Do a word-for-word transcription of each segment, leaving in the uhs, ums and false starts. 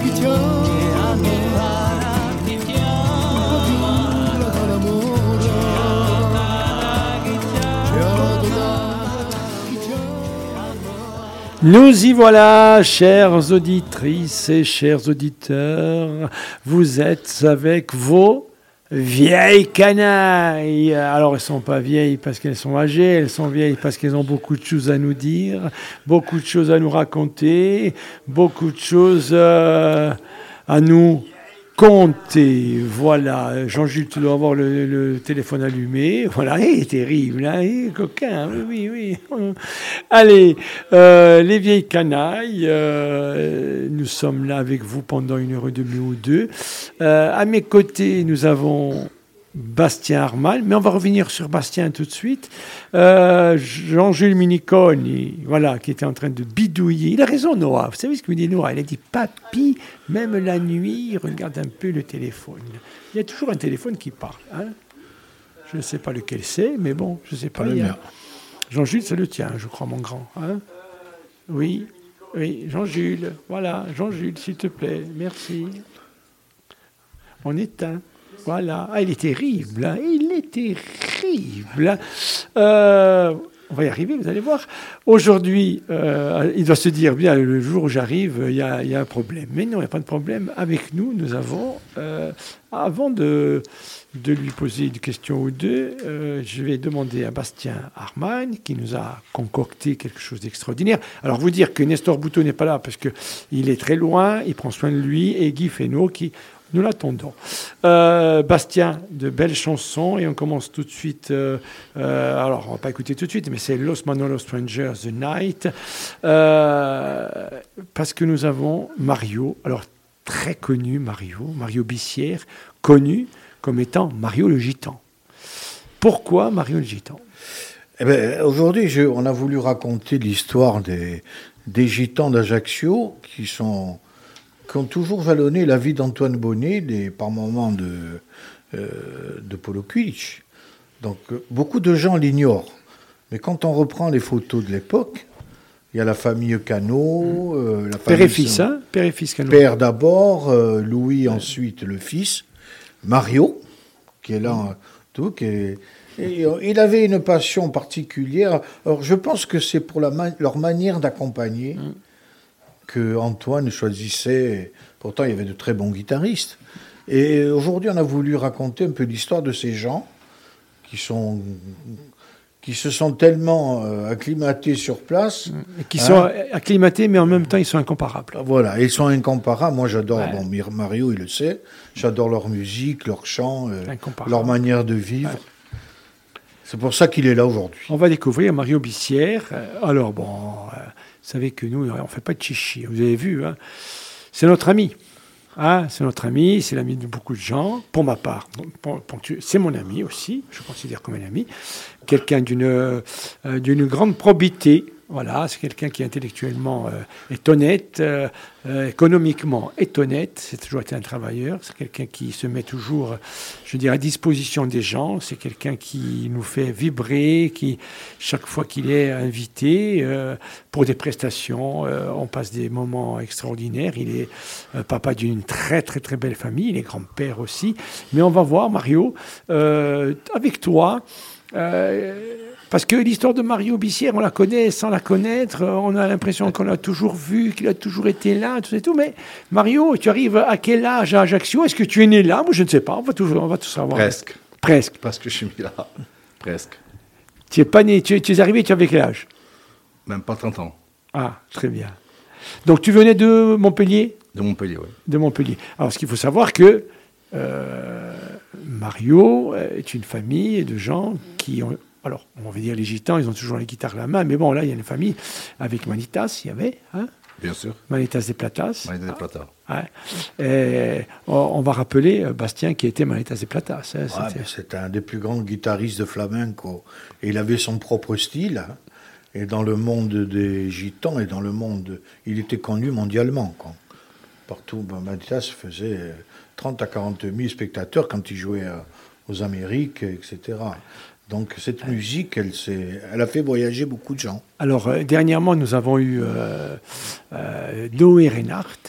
chi ti ama, raggiungila dall'amore, Chiaro da chi ti ama. Nous y voilà, chères auditrices et chers auditeurs. Vous êtes avec vos vieilles canailles. Alors, elles ne sont pas vieilles parce qu'elles sont âgées, elles sont vieilles parce qu'elles ont beaucoup de choses à nous dire, beaucoup de choses à nous raconter, beaucoup de choses euh, à nous compter. Voilà, Jean-Jules, tu dois avoir le, le téléphone allumé. Voilà, il est terrible, hein, il est coquin, oui, oui, oui. Allez, euh, les vieilles canailles, euh, nous sommes là avec vous pendant une heure et demie ou deux. Euh, à mes côtés, nous avons Bastien Hartmann, mais on va revenir sur Bastien tout de suite. Euh, Jean-Jules Miniconi, voilà, qui était en train de bidouiller. Il a raison, Noah. Vous savez ce que me dit Noah? Il a dit, papy, même la nuit, il regarde un peu le téléphone. Il y a toujours un téléphone qui parle. Hein, je ne sais pas lequel c'est, mais bon, je ne sais pas. Pas le mien. Jean-Jules, c'est le tien, je crois, mon grand. Hein, oui, oui, Jean-Jules. Voilà, Jean-Jules, s'il te plaît. Merci. On éteint. Voilà. Ah, il est terrible. Hein. Il est terrible. Euh, on va y arriver, vous allez voir. Aujourd'hui, euh, il doit se dire, bien, le jour où j'arrive, il y a, il y a un problème. Mais non, il n'y a pas de problème. Avec nous, nous avons, euh, avant de, de lui poser une question ou deux, euh, je vais demander à Bastien Hartmann, qui nous a concocté quelque chose d'extraordinaire. Alors, vous dire que Nestor Bouteau n'est pas là, parce qu'il est très loin, il prend soin de lui, et Guy Fesneau, qui... Nous l'attendons. Euh, Bastien, de belles chansons, et on commence tout de suite. Euh, euh, alors, on ne va pas écouter tout de suite, mais c'est Los Manolos Strangers, The Night, euh, parce que nous avons Mario, alors très connu Mario, Mario Bissière, connu comme étant Mario le Gitan. Pourquoi Mario le Gitan? Eh ben, aujourd'hui, je, on a voulu raconter l'histoire des, des Gitans d'Ajaccio qui sont... qui ont toujours jalonné la vie d'Antoine Bonnet, des, par moments de, euh, de Polo Kulich. Donc, euh, beaucoup de gens l'ignorent. Mais quand on reprend les photos de l'époque, il y a la famille Cano, euh, la famille... Père et fils, hein Père et fils Cano. Père d'abord, euh, Louis ouais. Ensuite le fils, Mario, qui est là, mmh. tout, qui est... Et, euh, il avait une passion particulière. Alors, je pense que c'est pour la ma- leur manière d'accompagner... Mmh. que Antoine choisissait. Pourtant, il y avait de très bons guitaristes. Et aujourd'hui, on a voulu raconter un peu l'histoire de ces gens qui sont, qui se sont tellement euh, acclimatés sur place. Et qui hein, sont acclimatés, mais en même temps, ils sont incomparables. Voilà, ils sont incomparables. Moi, j'adore, ouais. bon, Mario, il le sait, j'adore leur musique, leur chant, euh, leur manière de vivre. Ouais. C'est pour ça qu'il est là aujourd'hui. On va découvrir Mario Bissière. Alors, bon... Euh, vous savez que nous, on ne fait pas de chichi. Vous avez vu, hein, c'est notre ami. Hein, c'est notre ami, c'est l'ami de beaucoup de gens. Pour ma part, pour, pour, c'est mon ami aussi, je considère comme un ami. Quelqu'un d'une, euh, d'une grande probité. Voilà, c'est quelqu'un qui intellectuellement euh, est honnête, euh, euh, économiquement est honnête, c'est toujours été un travailleur, c'est quelqu'un qui se met toujours, je dirais, à disposition des gens, c'est quelqu'un qui nous fait vibrer, qui, chaque fois qu'il est invité euh, pour des prestations, euh, on passe des moments extraordinaires. Il est euh, papa d'une très très très belle famille, il est grand-père aussi. Mais on va voir, Mario, euh, avec toi... Euh, Parce que l'histoire de Mario Bissière, on la connaît sans la connaître, on a l'impression qu'on l'a toujours vu, qu'il a toujours été là, tout et tout. Mais Mario, tu arrives à quel âge à Ajaccio? Est-ce que tu es né là? Moi, je ne sais pas, on va tout, on va tout savoir. Presque. Presque. Parce que je suis né là. Presque. Tu es pas né, tu es, tu es arrivé, tu avais quel âge? Même pas trente ans. Ah, très bien. Donc tu venais de Montpellier? De Montpellier, oui. De Montpellier. Alors, ce qu'il faut savoir que euh, Mario est une famille de gens qui ont... Alors, on va dire les gitans, ils ont toujours la guitare à la main, mais bon, là, il y a une famille avec Manitas, il y avait, hein? Bien sûr. Manitas des Platas. Manitas des Platas. Ah, ouais. on, on va rappeler Bastien qui était Manitas des Platas. Hein, c'était... Ouais, c'était un des plus grands guitaristes de flamenco. Et il avait son propre style. Hein. Et dans le monde des gitans et dans le monde... Il était connu mondialement. Quoi. Partout, ben, Manitas faisait trente à quarante mille spectateurs quand il jouait aux Amériques, et cetera. Donc cette musique, elle, elle a fait voyager beaucoup de gens. Alors, euh, dernièrement, nous avons eu euh, euh, Noé Reinhardt, qui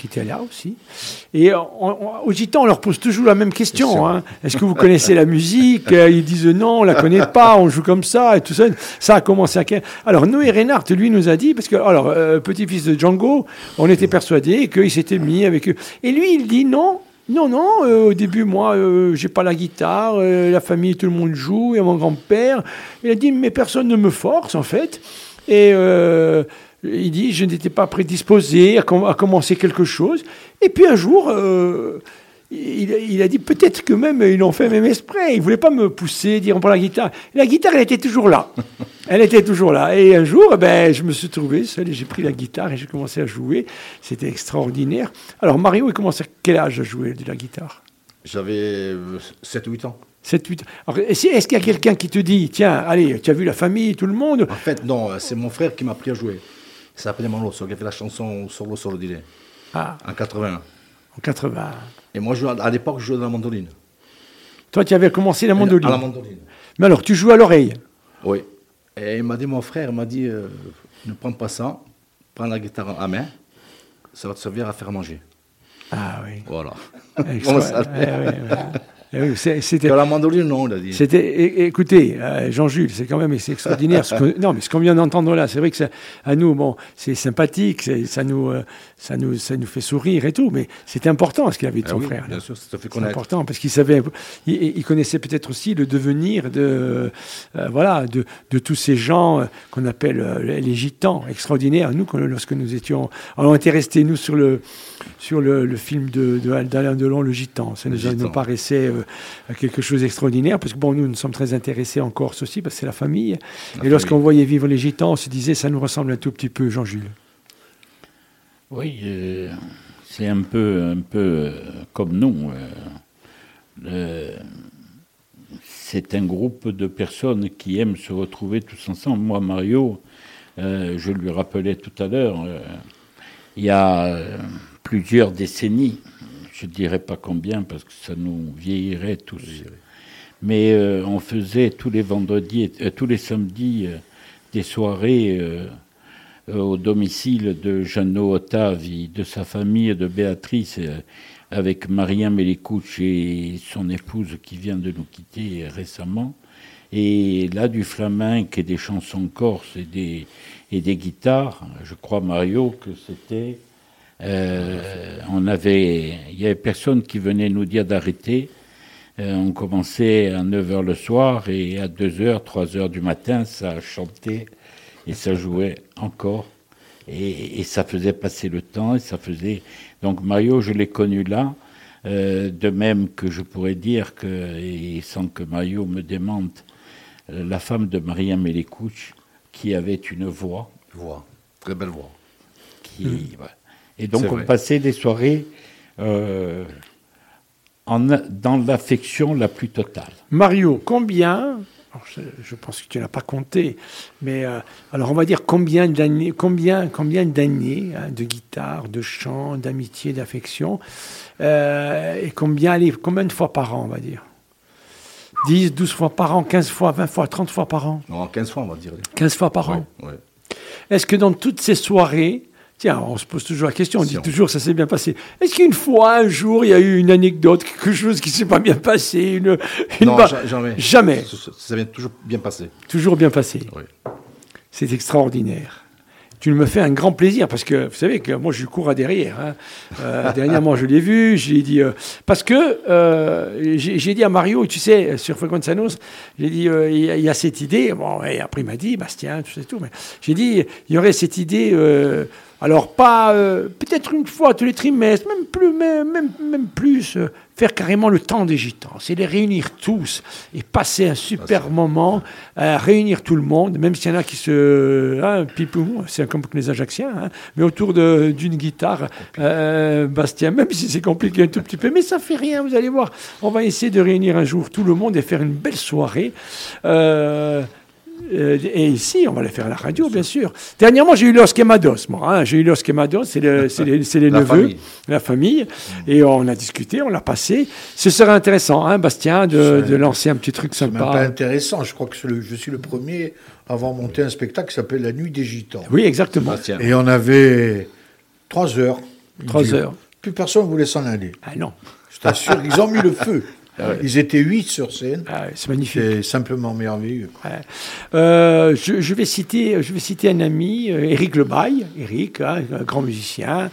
qui était là aussi. Et on, on, aux gitans, on leur pose toujours la même question. Hein. Est-ce que vous connaissez la musique? Ils disent non, on la connaît pas, on joue comme ça et tout ça. Ça a commencé à... Alors Noé Reinhardt, lui, nous a dit, parce que, alors, euh, petit-fils de Django, on était persuadés qu'il s'était mis avec eux. Et lui, il dit non. Non, non, euh, au début, moi, euh, j'ai pas la guitare, euh, la famille, tout le monde joue, et mon grand-père, il a dit, mais personne ne me force, en fait. Et euh, il dit, je n'étais pas prédisposé à, com- à commencer quelque chose. Et puis un jour, euh, il, il a dit, peut-être que même, ils l'ont fait même exprès, il voulait pas me pousser, dire, on prend la guitare. Et la guitare, elle était toujours là. Elle était toujours là. Et un jour, ben, je me suis trouvé seul et j'ai pris la guitare et j'ai commencé à jouer. C'était extraordinaire. Alors, Mario, il commence à quel âge à jouer de la guitare? J'avais sept ou huit ans. sept huit. Alors, est-ce est-ce qu'il y a quelqu'un qui te dit, tiens, allez, tu as vu la famille, tout le monde? En fait, non, c'est mon frère qui m'a appris à jouer. Ça s'appelait Manloso, qui a fait la chanson Solo Solo Dire, Ah, en quatre-vingt-un. en quatre-vingts. Et moi, je jouais- à l'époque, je jouais de la mandoline. Toi, tu avais commencé la mandoline. À la mandoline. Mais alors, tu joues à l'oreille? Oui. Et il m'a dit, mon frère, il m'a dit, euh, ne prends pas ça, prends la guitare à main, ça va te servir à faire manger. Ah oui. Voilà. Extra- Bon, ça- ouais, ouais, ouais. Eh oui, c'est- c'était... Que la mandoline, non, il a dit. C'était, é- écoutez, euh, Jean-Jules, c'est quand même c'est extraordinaire. Ce que, non, mais ce qu'on vient d'entendre là, c'est vrai que ça, à nous, bon, c'est sympathique, c'est- ça nous, euh, ça nous, ça nous fait sourire et tout, mais c'est important ce qu'il avait de Ah son oui, frère. bien là. sûr, ça te fait C'est connaître. important parce qu'il savait, il, il connaissait peut-être aussi le devenir de, euh, voilà, de, de tous ces gens euh, qu'on appelle euh, les gitans, extraordinaires. Nous, quand- lorsque nous étions, alors on était restés nous sur le, sur le, le film de, de d'Alain Delon, Le Gitan. Ça Le nous, Gitan. nous paraissait euh, quelque chose d'extraordinaire parce que bon, nous, nous sommes très intéressés en Corse aussi parce que c'est la famille. La Et lorsqu'on famille. voyait vivre les gitans, on se disait, ça nous ressemble un tout petit peu, Jean-Jules. Oui, euh, c'est un peu, un peu euh, comme nous. euh, euh, c'est un groupe de personnes qui aiment se retrouver tous ensemble. Moi, Mario, euh, je lui rappelais tout à l'heure, euh, il y a euh, plusieurs décennies, je ne dirais pas combien parce que ça nous vieillirait tous, mais euh, on faisait tous les vendredis, euh, tous les samedis, euh, des soirées euh, euh, au domicile de Jeannot Ottavi, de sa famille, de Béatrice, euh, avec Maria Melikouch et son épouse qui vient de nous quitter récemment. Et là, du flamenco et des chansons corses et des, et des guitares, je crois, Mario, que c'était... Euh, on avait, il y avait personne qui venait nous dire d'arrêter. Euh, on commençait à neuf heures le soir et à deux heures, trois heures du matin, ça chantait et ça jouait encore. Et, et ça faisait passer le temps et ça faisait... Donc Mario, je l'ai connu là, euh, de même que je pourrais dire que, et sans que Mario me démente, euh, la femme de Maria Melikouch, qui avait une voix. Voix, très belle voix. Qui, ouais. Et donc C'est on vrai. passait des soirées euh, en, dans l'affection la plus totale. Mario, combien, alors je, je pense que tu n'as pas compté, mais euh, alors on va dire combien d'années, combien, combien d'années hein, de guitare, de chant, d'amitié, d'affection, euh, et combien, allez, combien de fois par an, on va dire dix, douze fois par an, quinze fois, vingt fois, trente fois par an, Non, quinze fois, on va dire. quinze fois par Ouais, an. ouais. Est-ce que dans toutes ces soirées, tiens, on se pose toujours la question, on Si dit on- toujours ça s'est bien passé. Est-ce qu'une fois, un jour, il y a eu une anecdote, quelque chose qui s'est pas bien passé, une, une Non, ba- ja- jamais. Jamais. Ça, ça- ça vient toujours bien passer. Toujours bien passé. Oui. C'est extraordinaire. Tu me fais un grand plaisir parce que vous savez que moi je cours à derrière. Hein. Euh, dernièrement je l'ai vu, je lui ai dit euh, parce que euh, j'ai, j'ai dit à Mario, tu sais, sur Frequenzanos, j'ai dit euh, il y, a- il y a cette idée. Bon, et après il m'a dit Bastien, tout ça et tout. Mais j'ai dit il y aurait cette idée. Euh, alors pas euh, peut-être une fois tous les trimestres, même plus, même même, même plus. euh, faire carrément le temps des gitans, c'est les réunir tous et passer un super moment, euh, réunir tout le monde, même s'il y en a qui se... Hein, pipou, c'est comme les Ajacciens, hein, mais autour de, d'une guitare, euh, Bastien, même si c'est compliqué un tout petit peu, mais ça fait rien, vous allez voir. On va essayer de réunir un jour tout le monde et faire une belle soirée. Euh, Euh, et ici, on va le faire à la radio, bien sûr. Dernièrement, j'ai eu Los Quemados, moi. Hein, j'ai eu Los Quemados, c'est, le, c'est les, c'est les La neveux, famille. la famille. Et on a discuté, on l'a passé. Ce serait intéressant, hein, Bastien, de, C'est- de lancer un petit truc C'est même sympa. pas intéressant. Je crois que c'est le- je suis le premier à avoir monté un spectacle qui s'appelle La Nuit des Gitans. Oui, exactement. Bastien. Et on avait trois heures Trois Dieu. heures. Plus personne ne voulait s'en aller. Ah non, Je t'assure, ils ont mis le feu. Ils étaient huit sur scène. ah, c'est magnifique. C'est simplement merveilleux. Ouais. Euh, je, je vais citer, je vais citer un ami, euh, Éric Lebaille. Éric, hein, un grand musicien.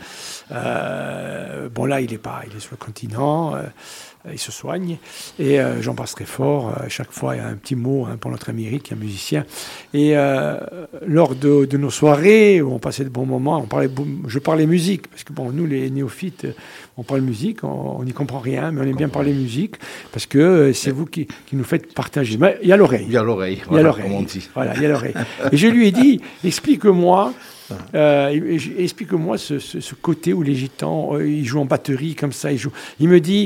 Euh, bon là, il est pas, il est sur le continent. Euh, il se soigne et euh, j'embrasse très fort. À chaque fois, il y a un petit mot hein, pour notre ami Eric, qui est un musicien. Et euh, lors de, de nos soirées où on passait de bons moments, on parlait, je parlais musique parce que bon, nous les néophytes, on parle musique, on n'y comprend rien, mais on aime bien parler musique parce que euh, c'est vous qui, qui nous faites partager. Mais il y a l'oreille. Il y a l'oreille, Il y a voilà, l'oreille. comme on dit. Voilà, il y a l'oreille. Et je lui ai dit, explique-moi, euh, explique-moi ce, ce, ce côté où les gitans, euh, ils jouent en batterie comme ça, ils jouent. Il me dit,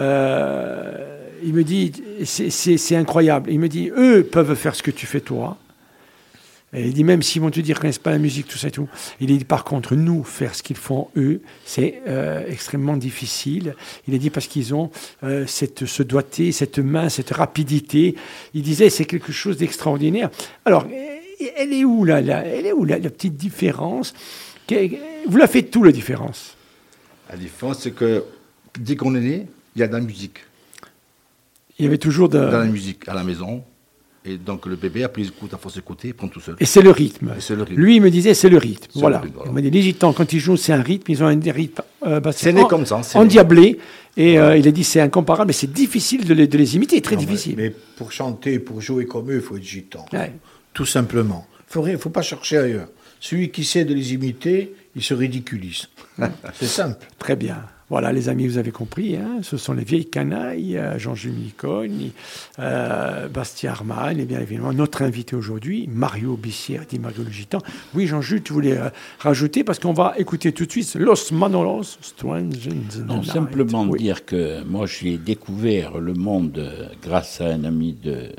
euh, il me dit, c'est, c'est, c'est incroyable. Il me dit, eux peuvent faire ce que tu fais toi. Et il dit, même s'ils vont te dire qu'ils ne connaissent pas la musique, tout ça et tout. Il dit, par contre, nous, faire ce qu'ils font eux, c'est euh, extrêmement difficile. Il a dit, parce qu'ils ont euh, cette, ce doigté, cette main, cette rapidité. Il disait, c'est quelque chose d'extraordinaire. Alors, elle est où, là, là Elle est où, là, la petite différence? Vous la faites tout, la différence? La différence, c'est que dès qu'on est né, il y a de la musique. Il y avait toujours de... Dans la musique à la maison. Et donc le bébé, après, il écoute, à force d'écouter, il prend tout seul. Et c'est le rythme. Et c'est le rythme. Lui, il me disait, c'est le rythme. C'est Voilà. le rythme, voilà. Il m'a dit, les gitans, quand ils jouent, c'est un rythme. Ils ont un rythme euh, bah, C'est né en- comme ça, c'est né. endiablé. Et euh, il a dit, c'est incomparable, mais c'est difficile de les, de les imiter, très Non, mais- difficile. Mais pour chanter, pour jouer comme eux, il faut être gitan. Ouais. Tout simplement. Il ne faut pas chercher ailleurs. Celui qui sait de les imiter, il se ridiculise. C'est simple. Très bien. Voilà, les amis, vous avez compris. Hein, ce sont les vieilles canailles, euh, Jean-Jules Nicone, euh, Bastien Arman, et bien évidemment notre invité aujourd'hui, Mario Bissière, dit Mario le Gitan. Oui, Jean-Jules, tu voulais euh, rajouter, parce qu'on va écouter tout de suite Los Manolos, Strange in the Non, Night. simplement Oui. dire que moi j'ai découvert le monde euh, grâce à un ami de,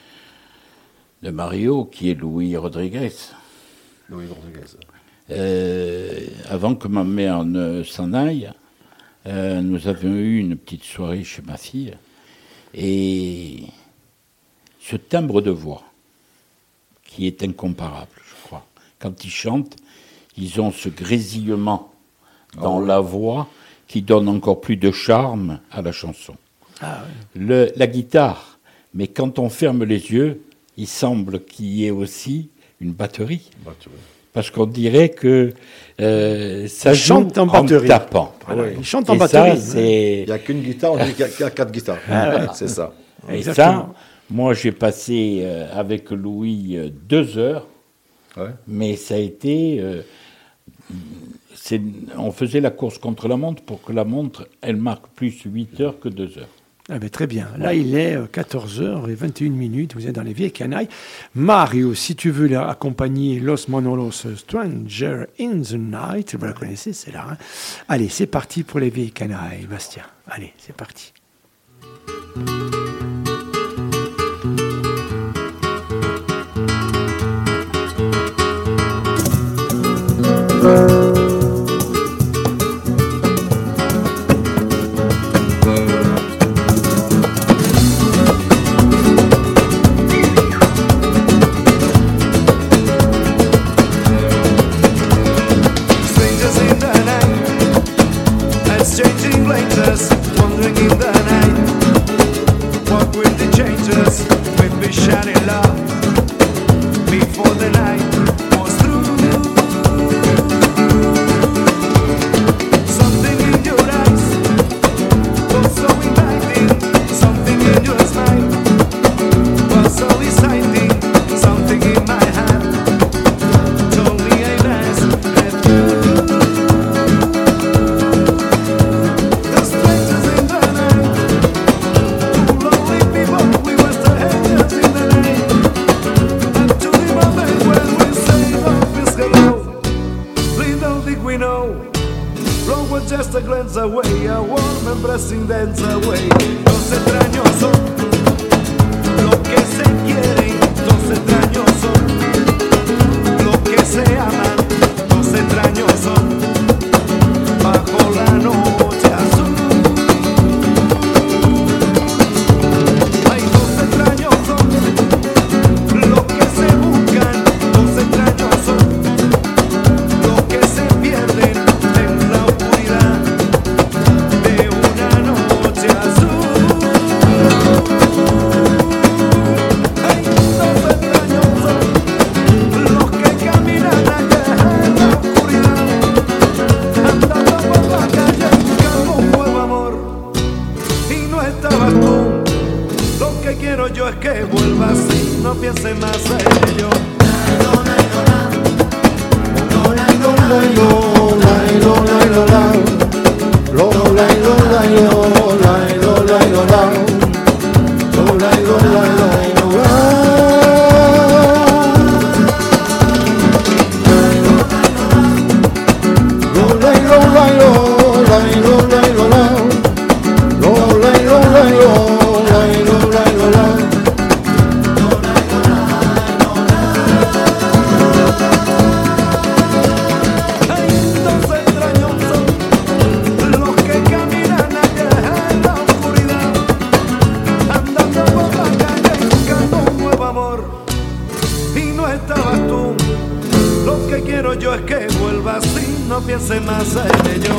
de Mario qui est Louis Rodriguez. Louis Rodriguez. Euh, avant que ma mère ne s'en aille, euh, nous avions eu une petite soirée chez ma fille et ce timbre de voix qui est incomparable, je crois. Quand ils chantent, ils ont ce grésillement dans la voix qui donne encore plus de charme à la chanson. Ah, oui. Le, la guitare, mais quand on ferme les yeux, il semble qu'il y ait aussi une batterie. Bah, tu vois. Parce qu'on dirait que euh, ça Ils joue chantent en en batterie. tapant. Voilà, ils chantent en Et batterie. ça, c'est... Il n'y a qu'une guitare, on dit qu'il y a- qu'il y a quatre guitares. C'est ça. Et Exactement. ça, moi j'ai passé euh, avec Louis euh, deux heures, Ouais. mais ça a été... euh, c'est, on faisait la course contre la montre pour que la montre, elle marque plus huit heures que deux heures. Ah ben, très bien. Là, il est euh, quatorze heures vingt et une minutes. Vous êtes dans les vieilles canailles. Mario, si tu veux là, accompagner Los Manolos Stranger in the Night, vous la connaissez, c'est là. Hein. Allez, c'est parti pour les vieilles canailles, Bastien. Allez, c'est parti. Strangers in the night, and changing places, wandering in the night. What will the changes? Will be shining love before the night was through. Something in your eyes was so inviting. Something in your smile was so exciting. Something in my hand told me I must have you. The strangers in the night, two lonely people, we were strangers in the night. Up to the moment when we say always hello, little did we know, wrong was just a glance away, a warm embracing dance away. Los extraños son lo que se quieren, los extraños son lo que se aman, los extraños son bajo la noche azul. Ay, los extraños son lo que se buscan, los extraños son lo que se pierden en la oscuridad. que vuelva así, no piense más en ello. Piense más en ello.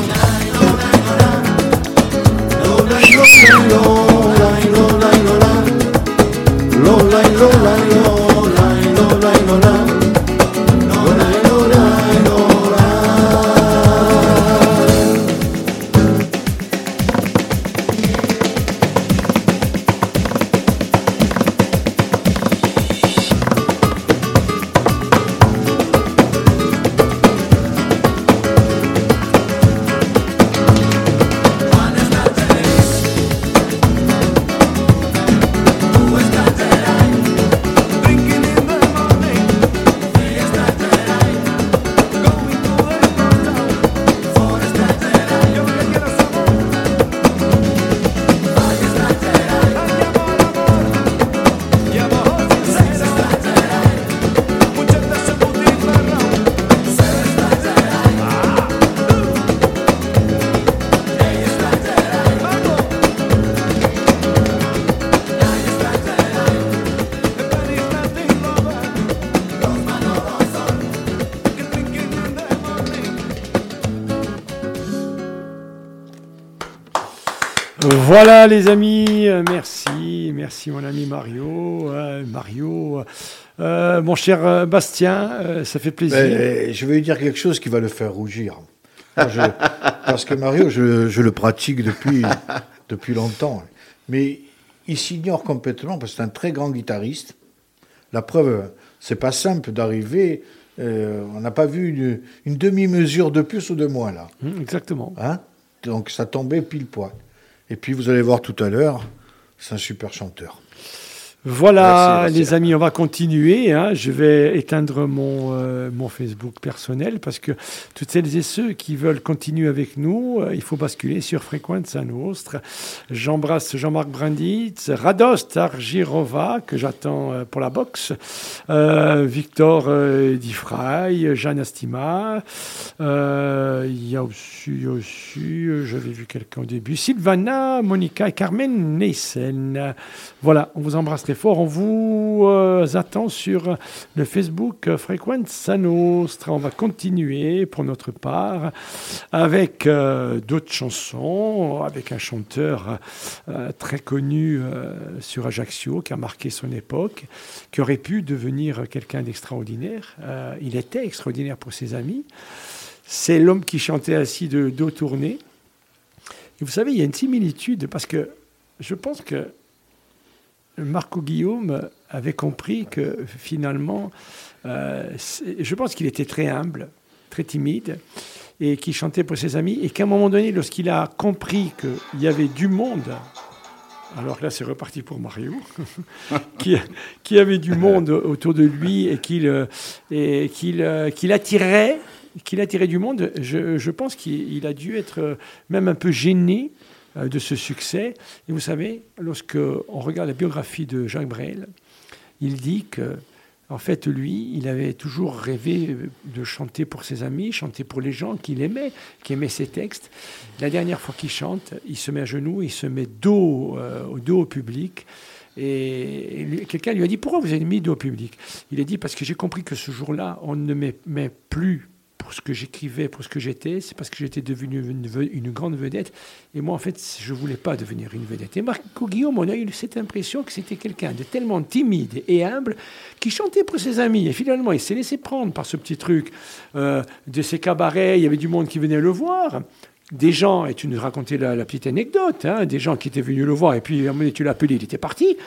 Voilà les amis, euh, merci, merci mon ami Mario, euh, Mario, euh, mon cher euh, Bastien, euh, ça fait plaisir. Ben, je vais lui dire quelque chose qui va le faire rougir. Moi, je, parce que Mario, je, je le pratique depuis, depuis longtemps, mais il s'ignore complètement parce que c'est un très grand guitariste. La preuve, c'est pas simple d'arriver. Euh, on n'a pas vu une, une demi-mesure de plus ou de moins là. Mmh, exactement. Hein? Donc ça tombait pile poil. Et puis vous allez voir tout à l'heure, c'est un super chanteur. Voilà, Merci, les amis, on va continuer. Hein. Je vais éteindre mon, euh, mon Facebook personnel parce que toutes celles et ceux qui veulent continuer avec nous, euh, il faut basculer sur Frequenza Nostra. J'embrasse Jean-Marc Branditz, Radost Argirova, que j'attends euh, pour la boxe, euh, Victor euh, Difray, Jeanne Astima. Euh, il y a aussi, aussi euh, j'avais vu quelqu'un au début, Sylvana, Monica et Carmen Neysen. Voilà, on vous embrasse très fort. On vous euh, attend sur le Facebook euh, Frequenza Nostra. On va continuer pour notre part avec euh, d'autres chansons, avec un chanteur euh, très connu euh, sur Ajaccio, qui a marqué son époque, qui aurait pu devenir quelqu'un d'extraordinaire. Euh, il était extraordinaire pour ses amis. C'est l'homme qui chantait assis de dos tourné. Et vous savez, il y a une similitude, parce que je pense que Marco Guillaume avait compris que finalement, euh, je pense qu'il était très humble, très timide, et qu'il chantait pour ses amis, et qu'à un moment donné, lorsqu'il a compris qu'il y avait du monde, alors là c'est reparti pour Mario, qui, qui avait du monde autour de lui et qu'il, et qu'il, qu'il attirait, qu'il attirait du monde, je, je pense qu'il a dû être même un peu gêné de ce succès. Et vous savez, lorsqu'on regarde la biographie de Jacques Brel, il dit que, en fait, lui, il avait toujours rêvé de chanter pour ses amis, chanter pour les gens qu'il aimait, qui aimaient ses textes. La dernière fois qu'il chante, il se met à genoux, il se met dos, euh, au dos au public. Et lui, quelqu'un lui a dit « Pourquoi vous avez mis dos au public ?» Il a dit « Parce que j'ai compris que ce jour-là, on ne m'aimait plus pour ce que j'écrivais, pour ce que j'étais, c'est parce que j'étais devenu une, une grande vedette. Et moi, en fait, je ne voulais pas devenir une vedette. » Et Marco Guillaume, on a eu cette impression que c'était quelqu'un de tellement timide et humble qui chantait pour ses amis. Et finalement, il s'est laissé prendre par ce petit truc euh, de ses cabarets. Il y avait du monde qui venait le voir. Des gens, et tu nous racontais la, la petite anecdote, hein, des gens qui étaient venus le voir, et puis à un moment donné, tu l'as appelé, il était parti.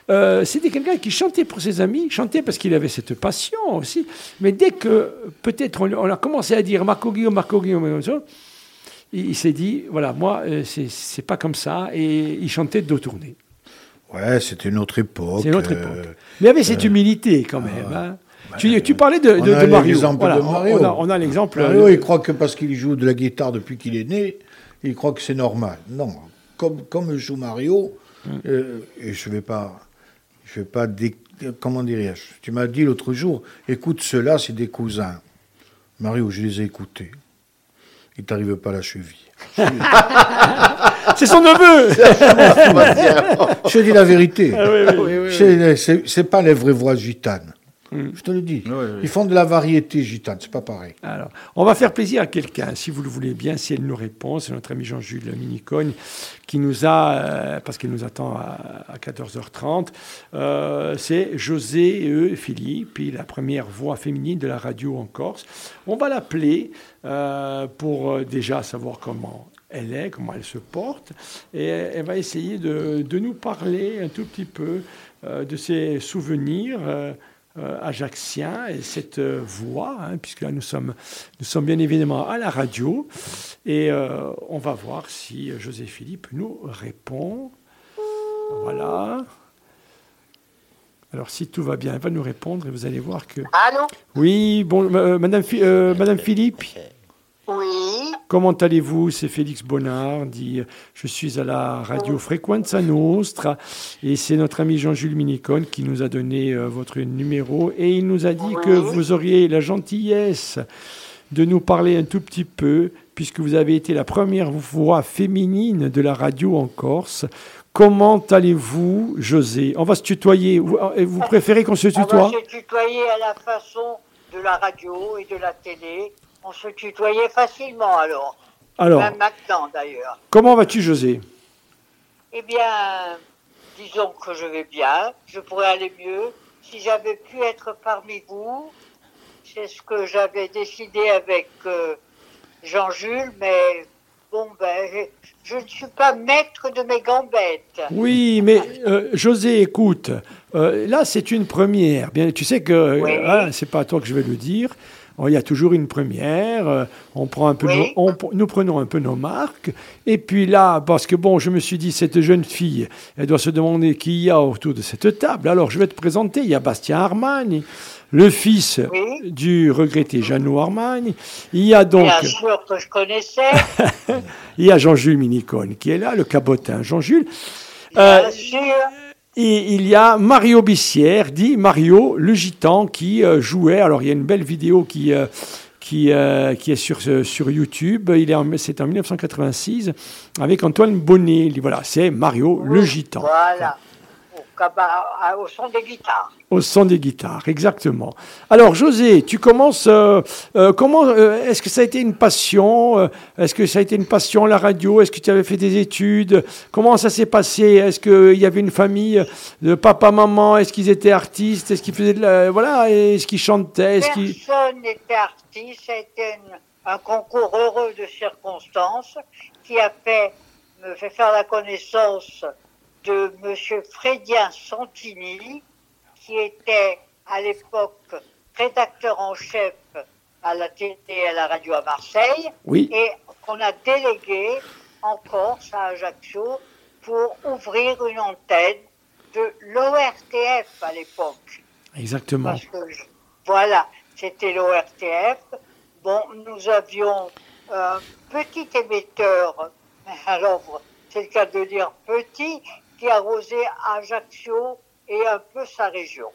euh, c'était quelqu'un qui chantait pour ses amis, chantait parce qu'il avait cette passion aussi. Mais dès que peut-être on, on a commencé à dire Marco Guillaume, Marco Guillaume, il, il s'est dit voilà, moi euh, c'est, c'est pas comme ça, et il chantait dos tourné. Ouais, c'était une autre époque. C'est une autre euh, époque. Mais il y avait cette humilité quand même. Hein. Tu, tu parlais de, on de, a de Mario. l'exemple Voilà, de Mario. On a, on a l'exemple. Mario, euh, il croit que parce qu'il joue de la guitare depuis qu'il est né, il croit que c'est normal. Non, comme, comme joue Mario, Mm. euh, et je vais pas, je vais pas, dé- comment dirais-je, tu m'as dit l'autre jour, écoute ceux-là, c'est des cousins. Mario, je les ai écoutés. Il t'arrive pas à la cheville. C'est son neveu. Je te dis la vérité. Ah oui, oui, oui. C'est, c'est, c'est pas les vraies voix gitanes. Mm. Je te le dis. Oui, oui. Ils font de la variété gitane, c'est pas pareil. Alors, on va faire plaisir à quelqu'un, si vous le voulez bien, si elle nous répond. C'est notre ami Jean-Jules Minicogne qui nous a, euh, parce qu'il nous attend à, à quatorze heures trente, euh, c'est José E. Philippe, la première voix féminine de la radio en Corse. On va l'appeler euh, pour euh, déjà savoir comment elle est, comment elle se porte, et elle va essayer de, de nous parler un tout petit peu euh, de ses souvenirs euh, euh, ajaxiens et cette euh, voix, hein, puisque là nous sommes, nous sommes bien évidemment à la radio, et euh, on va voir si José Philippe nous répond. Voilà. Alors si tout va bien, elle va nous répondre et vous allez voir que... Allô? Oui, bon, euh, Madame, Phi- euh, Madame Philippe. Oui. Comment allez-vous? C'est Félix Bonnard, dit « Je suis à la radio Frequenza Nostra » et c'est notre ami Jean-Jules Minicogne qui nous a donné euh, votre numéro et il nous a dit Oui. que vous auriez la gentillesse de nous parler un tout petit peu, puisque vous avez été la première voix féminine de la radio en Corse. Comment allez-vous, José? On va se tutoyer. Vous, vous préférez qu'on se On tutoie? va se tutoyer à la façon de la radio et de la télé. On se tutoyait facilement alors. Alors, Même maintenant d'ailleurs. comment vas-tu, José? Eh bien, disons que je vais bien. Je pourrais aller mieux. Si j'avais pu être parmi vous, c'est ce que j'avais décidé avec euh, Jean-Jules, mais bon, ben, je, je ne suis pas maître de mes gambettes. Oui, mais euh, José, écoute, euh, là c'est une première. Bien, tu sais que Oui. hein, c'est pas à toi que je vais le dire. Il y a toujours une première. euh, on prend un peu, Oui. nos- on, nous prenons un peu nos marques. Et puis là, parce que bon, je me suis dit cette jeune fille, elle doit se demander qui il y a autour de cette table. Alors je vais te présenter. Il y a Bastien Armagne, le fils Oui. du regretté Jeannot Armagne. Il y a donc, Bien sûr que je connaissais, il y a Jean-Jules Minicogne qui est là, le cabotin Jean-Jules. bien Euh, sûr. Et il y a Mario Bissière, dit Mario le gitan, qui euh, jouait. Alors il y a une belle vidéo qui, euh, qui, euh, qui est sur, euh, sur YouTube. Il est en, c'est en mille neuf cent quatre-vingt-six avec Antoine Bonnet. Voilà, c'est Mario le gitan. Voilà. Au, caba- à- au son des guitares. Au son des guitares, exactement. Alors José, tu commences. euh, euh, comment euh, est-ce que ça a été une passion euh, Est-ce que ça a été une passion la radio? Est-ce que tu avais fait des études? Comment ça s'est passé? Est-ce qu'il y avait une famille de papa, maman? Est-ce qu'ils étaient artistes? Est-ce qu'ils faisaient de la, voilà? Est-ce qu'ils chantaient? Est-ce qu'ils... Personne n'était artiste. Ça a été une- un concours heureux de circonstances qui a fait, me fait faire la connaissance de Monsieur Frédien Santini, qui était à l'époque rédacteur en chef à la télé et à la radio à Marseille, Oui. et qu'on a délégué en Corse, à Ajaccio, pour ouvrir une antenne de l'O R T F à l'époque. Exactement. Parce que, je- voilà, c'était l'O R T F. Bon, nous avions un petit émetteur, alors c'est le cas de dire petit, qui arrosait Ajaccio et un peu sa région.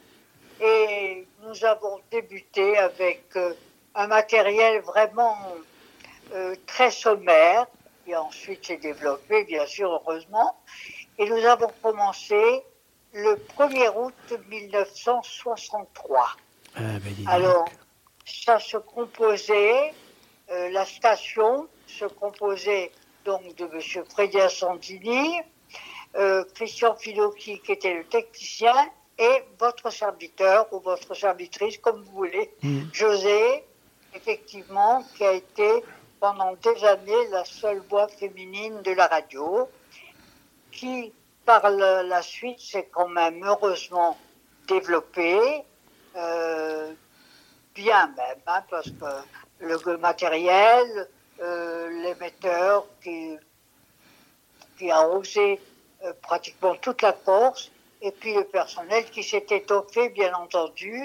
Et nous avons débuté avec euh, un matériel vraiment euh, très sommaire, et ensuite s'est développé, bien sûr, heureusement. Et nous avons commencé le premier août mille neuf cent soixante-trois. Ah, ben, dis donc. Alors, ça se composait, euh, la station se composait donc de M. Frédien Santini, euh, Christian Filocchi qui était le technicien, et votre serviteur ou votre servitrice, comme vous voulez, Mm. José, effectivement, qui a été pendant des années la seule voix féminine de la radio, qui par le- la suite, c'est quand même heureusement développé, euh, bien même, hein, parce que le, le matériel, euh, l'émetteur qui, qui a osé euh, pratiquement toute la Corse, et puis le personnel qui s'est étoffé, bien entendu,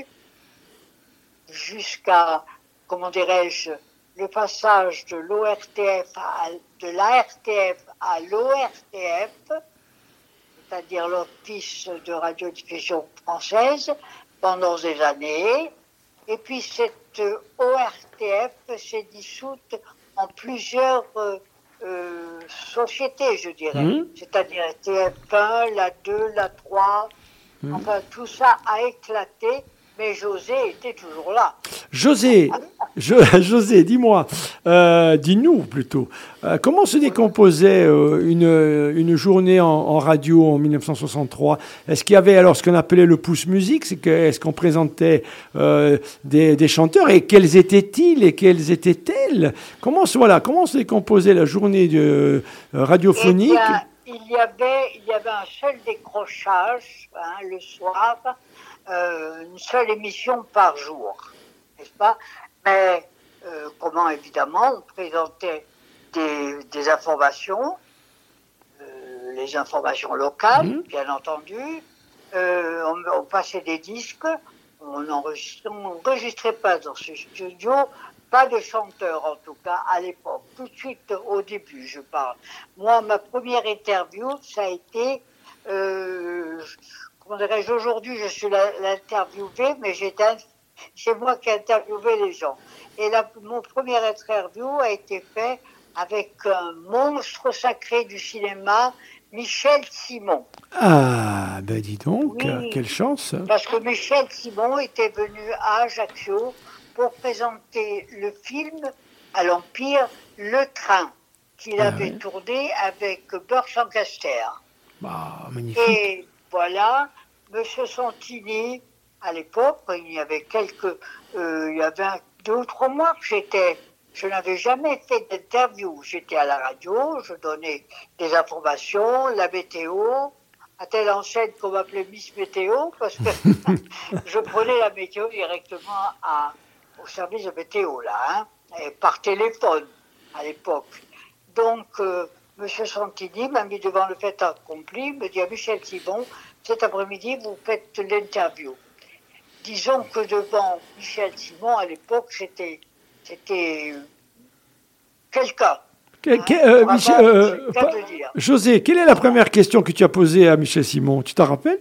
jusqu'à, comment dirais-je, le passage de l'O R T F à, de l'A R T F à l'O R T F, c'est-à-dire l'Office de radiodiffusion française, pendant des années. Et puis cette O R T F s'est dissoute en plusieurs euh, euh, sociétés, je dirais. Mmh. C'est-à-dire T F un, la deux, la trois. Mmh. Enfin, tout ça a éclaté, mais José était toujours là. José, Jo- José, dis-moi, euh, dis-nous plutôt, euh, comment se décomposait euh, une, une journée en, en radio en mille neuf cent soixante-trois? Est-ce qu'il y avait alors ce qu'on appelait le pouce musique? C'est que, est-ce qu'on présentait euh, des, des chanteurs? Et quels étaient-ils et quelles étaient-elles? Comment, se- voilà, comment se décomposait la journée de, euh, radiophonique? Eh bien, il y avait, il y avait un seul décrochage, hein, le soir, euh, une seule émission par jour, n'est-ce pas? Mais euh, comment évidemment on présentait des, des informations, euh, les informations locales, Mhm. bien entendu. Euh, on, on passait des disques, on n'enregistrait n'enregistrait pas dans ce studio, pas de chanteur en tout cas à l'époque. Tout de suite au début, je parle. Moi, ma première interview, ça a été, euh, comment dirais-je, aujourd'hui, je suis la- l'interviewé, mais j'étais, un- c'est moi qui ai interviewé les gens. Et la, mon première interview a été fait avec un monstre sacré du cinéma, Michel Simon. Ah, ben dis donc, Oui. euh, quelle chance. Parce que Michel Simon était venu à Ajaccio pour présenter le film à l'Empire, Le Train, qu'il Ah avait ouais. tourné avec Burt Lancaster. Bah, magnifique. Et voilà, Monsieur Santini, à l'époque, il y avait quelques, euh, il y avait un- deux ou trois mois que j'étais, je n'avais jamais fait d'interview. J'étais à la radio, je donnais des informations, la météo, à telle enseigne qu'on m'appelait Miss Météo, parce que je prenais la météo directement à, au service de météo, là, hein, et par téléphone, à l'époque. Donc, euh, Monsieur Santini m'a mis devant le fait accompli, me dit à Michel Simon, cet après-midi, vous faites l'interview. Disons que devant Michel Simon, à l'époque, c'était, c'était quelqu'un. Que- hein, que- euh, vraiment, Michel- euh, c'est le cas pas- de dire. José, quelle est la première question que tu as posée à Michel Simon? Tu t'en rappelles?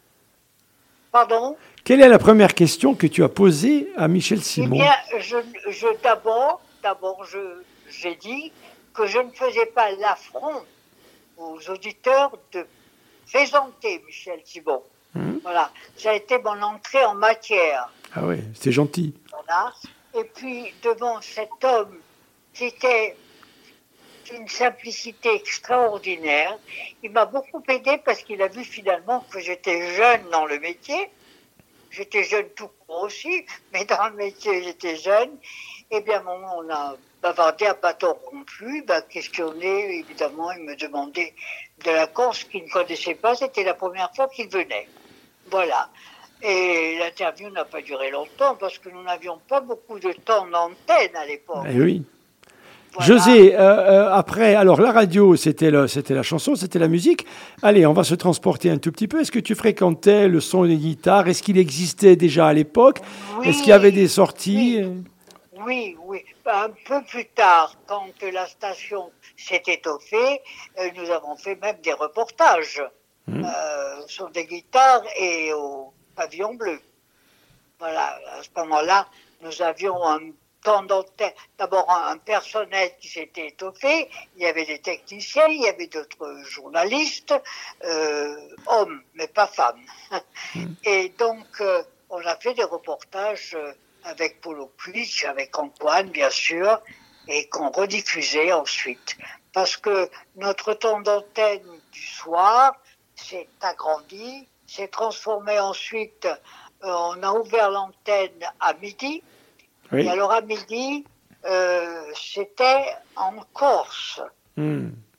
Pardon? Quelle est la première question que tu as posée à Michel Eh Simon? bien, je, je d'abord, d'abord, je, j'ai dit que je ne faisais pas l'affront aux auditeurs de présenter Michel Simon. Hum. Voilà, ça a été mon entrée en matière. Ah ouais, c'est gentil. Voilà. Et puis, devant cet homme qui était d'une simplicité extraordinaire, il m'a beaucoup aidé parce qu'il a vu finalement que j'étais jeune dans le métier. J'étais jeune tout court aussi, mais dans le métier, j'étais jeune. Et bien, bon, on a bavardé à bâton rompu, bah, questionné, évidemment, il me demandait de la Corse qu'il ne connaissait pas, c'était la première fois qu'il venait. Voilà. Et l'interview n'a pas duré longtemps parce que nous n'avions pas beaucoup de temps d'antenne à l'époque. Eh oui. Voilà. José, euh, euh, après, alors la radio, c'était le- c'était la chanson, c'était la musique. Allez, on va se transporter un tout petit peu. Est-ce que tu fréquentais le son des guitares? Est-ce qu'il existait déjà à l'époque? Oui. Est-ce qu'il y avait des sorties? Oui, oui. Un peu plus tard, quand la station s'est étoffée, euh, nous avons fait même des reportages Mmh. euh, sur des guitares et au pavillon bleu. Voilà, à ce moment-là, nous avions un temps d'antenne, d'abord un, un personnel qui s'était étoffé, il y avait des techniciens, il y avait d'autres journalistes, euh, hommes, mais pas femmes. Et donc, euh, on a fait des reportages euh, avec Polo Puig, avec Antoine, bien sûr, et qu'on rediffusait ensuite. Parce que notre temps d'antenne du soir s'est agrandi, s'est transformé ensuite, euh, on a ouvert l'antenne à midi, Oui. et alors à midi, euh, c'était en Corse. Hmm.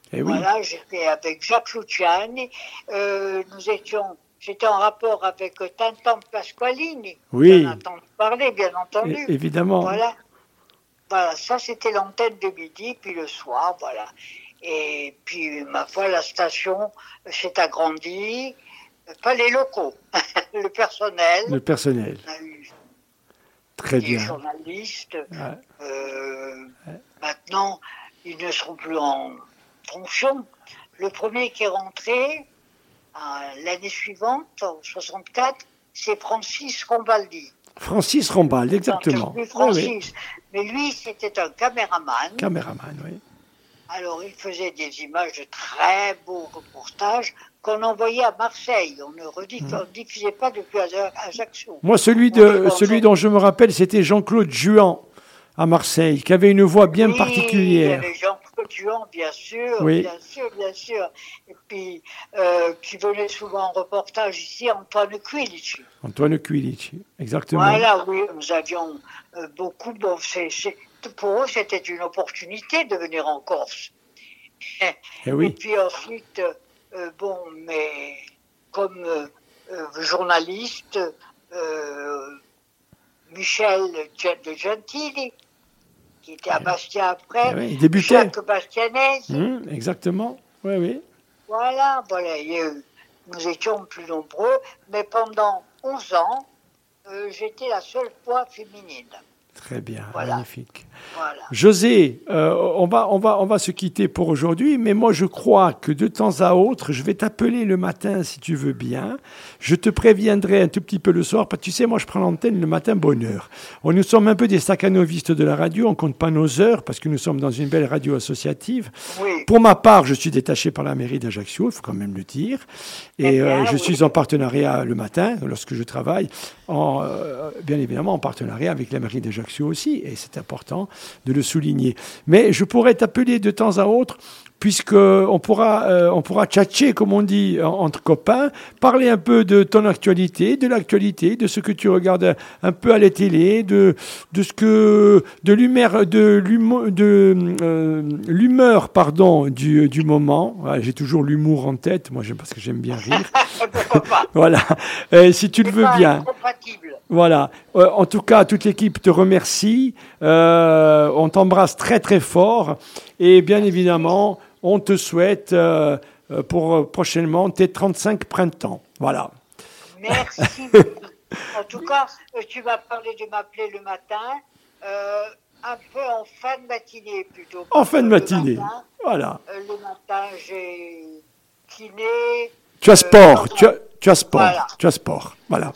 Eh oui. Voilà, j'étais avec Jacques Luciani. Euh, nous étions, j'étais en rapport avec Tintin Pasqualini. Oui. Vous en entendez parler, bien entendu. É- évidemment. Voilà. Voilà, ça c'était l'antenne de midi, puis le soir, voilà. Et puis, ma foi, la station s'est agrandie. Pas les locaux, le personnel. Le personnel. On a eu Très des bien. journalistes. Ouais. Euh, maintenant, ils ne seront plus en fonction. Le premier qui est rentré euh, l'année suivante, en soixante-quatre, c'est Francis Rombaldi. Francis Rombal, exactement. Plus Oui, Francis. Mais lui, c'était un caméraman. oui. Caméraman, oui. Alors, il faisait des images de très beaux reportages qu'on envoyait à Marseille. On ne rediff- Mmh. on diffusait pas depuis Aja- Ajaccio. Moi, celui, On de, est dans celui un- dont je me rappelle, c'était Jean-Claude Juan à Marseille, qui avait une voix bien Oui, particulière. il y avait Jean-Claude Juan, bien sûr, Oui. bien sûr, bien sûr. Et puis, euh, qui venait souvent en reportage ici, Antoine Quilici. Antoine Quilici, exactement. Voilà, oui, nous avions euh, beaucoup. Bon, c'est, c'est- pour eux, c'était une opportunité de venir en Corse. Eh Et oui, puis ensuite, euh, bon, mais comme euh, euh, journaliste, euh, Michel Gen- de Gentili, qui était à Bastia après, Eh oui, il débutait. Jacques Bastianese, Hum, exactement. Oui, oui. voilà, voilà, il y a eu- nous étions plus nombreux, mais pendant onze ans, euh, j'étais la seule voix féminine. Très bien, Voilà. magnifique. Voilà. José, euh, on, va, on, va, on va se quitter pour aujourd'hui, mais moi je crois que de temps à autre, je vais t'appeler le matin si tu veux bien. Je te préviendrai un tout petit peu le soir, parce que tu sais, moi je prends l'antenne le matin bonne heure. On, nous sommes un peu des staccanovistes de la radio, on compte pas nos heures, parce que nous sommes dans une belle radio associative. Oui. Pour ma part, je suis détaché par la mairie d'Ajaccio, il faut quand même le dire. Et Eh bien, euh, je oui. suis en partenariat le matin, lorsque je travaille, en, euh, bien évidemment en partenariat avec la mairie d'Ajaccio aussi, et c'est important de le souligner. Mais je pourrais t'appeler de temps à autre, puisque on pourra, euh, on pourra tchatcher, comme on dit, en- entre copains, parler un peu de ton actualité, de l'actualité, de ce que tu regardes un peu à la télé, de, de ce que, de l'humeur, de l'humour, de euh, l'humeur, pardon, du, du moment. Voilà, j'ai toujours l'humour en tête, moi, j'aime parce que j'aime bien rire. Pourquoi pas? Voilà, Euh, si tu le C'est veux pas bien. incompatible. Voilà. Euh, en tout cas, toute l'équipe te remercie. Euh, on t'embrasse très très fort. Et bien évidemment, on te souhaite euh, euh, pour euh, prochainement tes trente-cinq printemps. Voilà. Merci beaucoup. En tout cas, euh, tu m'as parlé de m'appeler le matin, euh, un peu en fin de matinée plutôt. En fin de Le matinée. matin, Voilà. euh, le matin, j'ai kiné. Tu as euh, sport. Tu as, tu as sport. Voilà. Tu as sport. Voilà.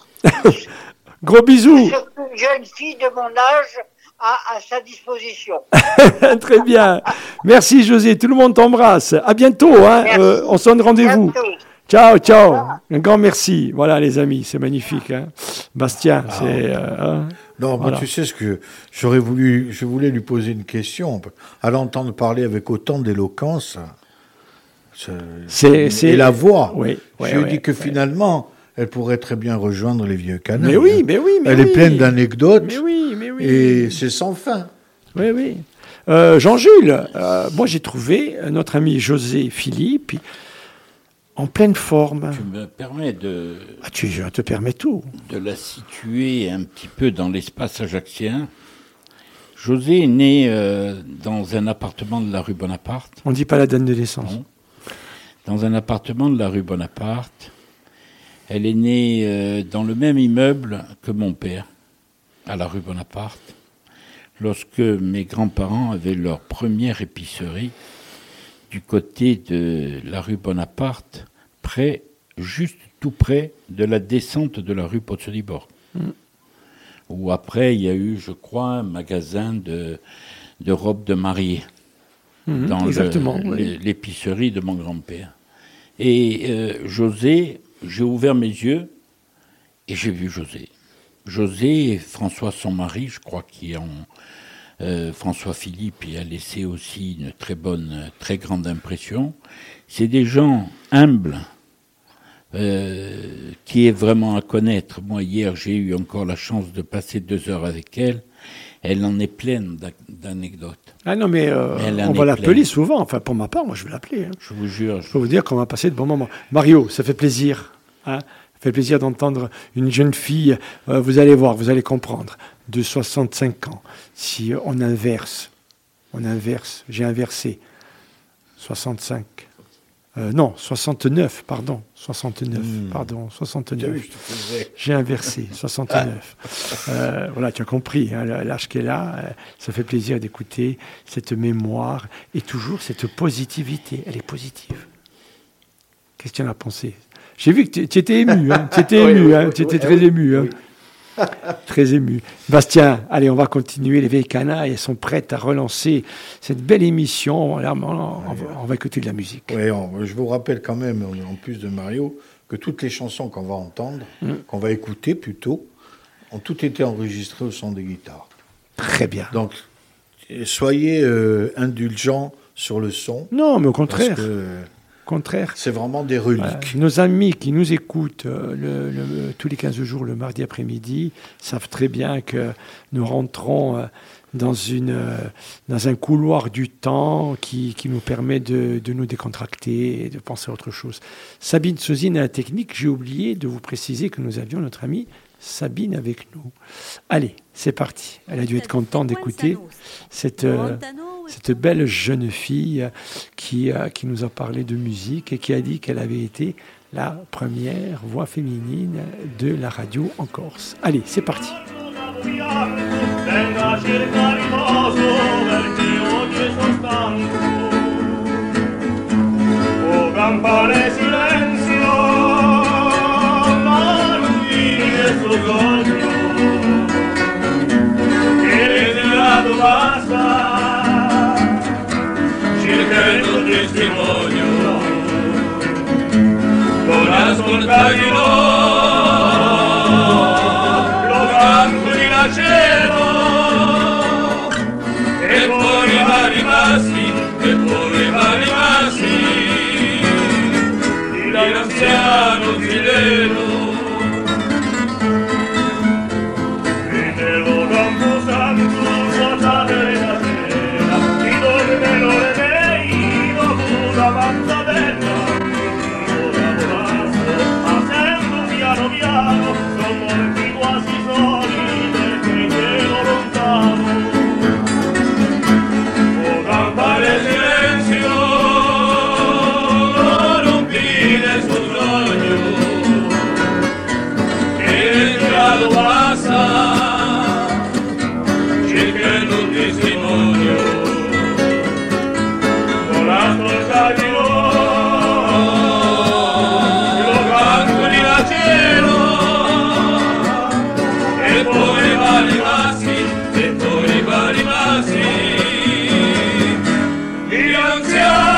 Gros bisous. Surtout une jeune fille de mon âge à, à sa disposition. Très bien. Merci José. Tout le monde t'embrasse. À bientôt. Hein. Merci. Euh, on se donne rendez-vous. Bientôt. Ciao, ciao. Un grand merci. Voilà, les amis, c'est magnifique. Hein. Bastien, c'est. euh, hein. Non, Voilà. mais tu sais ce que j'aurais voulu, je voulais lui poser une question. À l'entendre parler avec autant d'éloquence, c'est- C'est- c'est- et la voix. Oui, je ouais, lui ai ouais, dit que ouais. finalement, elle pourrait très bien rejoindre les vieux canards. Mais oui, mais oui, mais Elle oui. est pleine d'anecdotes Mais oui, mais oui. et c'est sans fin. Oui, oui. Euh, Jean-Jules, euh, moi j'ai trouvé euh, notre ami José Philippe en pleine forme. Tu me permets de, Ah, tu, je te permets tout. de la situer un petit peu dans l'espace ajaccien. José est né euh, dans un appartement de la rue Bonaparte. On ne dit pas la date de naissance. Non. Dans un appartement de la rue Bonaparte. Elle est née euh, dans le même immeuble que mon père, à la rue Bonaparte, lorsque mes grands-parents avaient leur première épicerie du côté de la rue Bonaparte, près, juste tout près de la descente de la rue Pozzo-di-Borgo. Mm. Où après, il y a eu, je crois, un magasin de, de robes de mariée Mhm, dans le- exactement. oui. l'é- l'épicerie de mon grand-père. Et euh, José, j'ai ouvert mes yeux et j'ai vu José. José et François, son mari, je crois qui ont... euh, François Philippe y a laissé aussi une très bonne, très grande impression. C'est des gens humbles, euh, qui est vraiment à connaître. Moi, hier, j'ai eu encore la chance de passer deux heures avec elle. Elle en est pleine d'ac- d'anecdotes. Ah non, mais euh, Elle en on est va l'appeler pleine. souvent. Enfin, pour ma part, moi, je vais l'appeler. hein. Je vous jure. Je peux vous dire qu'on va passer de bons moments. Mario, ça fait plaisir. Hein, ça fait plaisir d'entendre une jeune fille. euh, vous allez voir, vous allez comprendre. De soixante-cinq ans. Si on inverse, on inverse, j'ai inversé. soixante-cinq. Euh, non, soixante-neuf, pardon. soixante-neuf, Hmm. pardon, Tu as soixante-neuf. vu, je te faisais. J'ai inversé, soixante-neuf. Euh, voilà, tu as compris, hein, l'âge qu'elle a, euh, ça fait plaisir d'écouter cette mémoire et toujours cette positivité. Elle est positive. Qu'est-ce que tu en as pensé? J'ai vu que tu- tu étais ému, hein, tu étais Oui, ému, oui, hein, oui, tu étais oui, très oui, ému. Hein. oui. Très ému. Bastien, allez, on va continuer. Les vieilles canailles, elles sont prêtes à relancer cette belle émission. Là, on, on va, on va écouter de la musique. Oui, on- je vous rappelle quand même, en plus de Mario, que toutes les chansons qu'on va entendre, Mm. qu'on va écouter plutôt, ont toutes été enregistrées au son des guitares. Très bien. Donc, soyez euh, indulgents sur le son, Non, mais au parce contraire, que au contraire. c'est vraiment des reliques. Voilà. Nos amis qui nous écoutent euh, le- le- tous les quinze jours, le mardi après-midi, savent très bien que nous rentrons euh, dans, une, euh, dans un couloir du temps qui, qui nous permet de, de nous décontracter et de penser à autre chose. Sabine Sozine à la technique, j'ai oublié de vous préciser que nous avions notre amie Sabine avec nous. Allez, c'est parti. Elle a dû être contente d'écouter cette... euh, cette belle jeune fille qui, euh, qui nous a parlé de musique et qui a dit qu'elle avait été la première voix féminine de la radio en Corse. Allez, c'est parti. Venga a cercare riposo perché oggi sono stanco. Oh campane silenzio, ma non viene sto sogno. Che desiderato basta, cercando un testimonio. Non ascoltare no. Lo canto di la cielo e poi i vari maschi e poi i vari maschi di l'anziano zileno e nello camposanto guardate la sera di dove me lo vedei dopo la panzadella ora volato ma sempre piano piano sono morti quasi soli perché ero lontano o campare silenzio non rompire sul sogno che il grado passa cercando un testimonio non ascoltare lo canto di la cielo e poi i vari maschi e poi i vari maschi gli anziani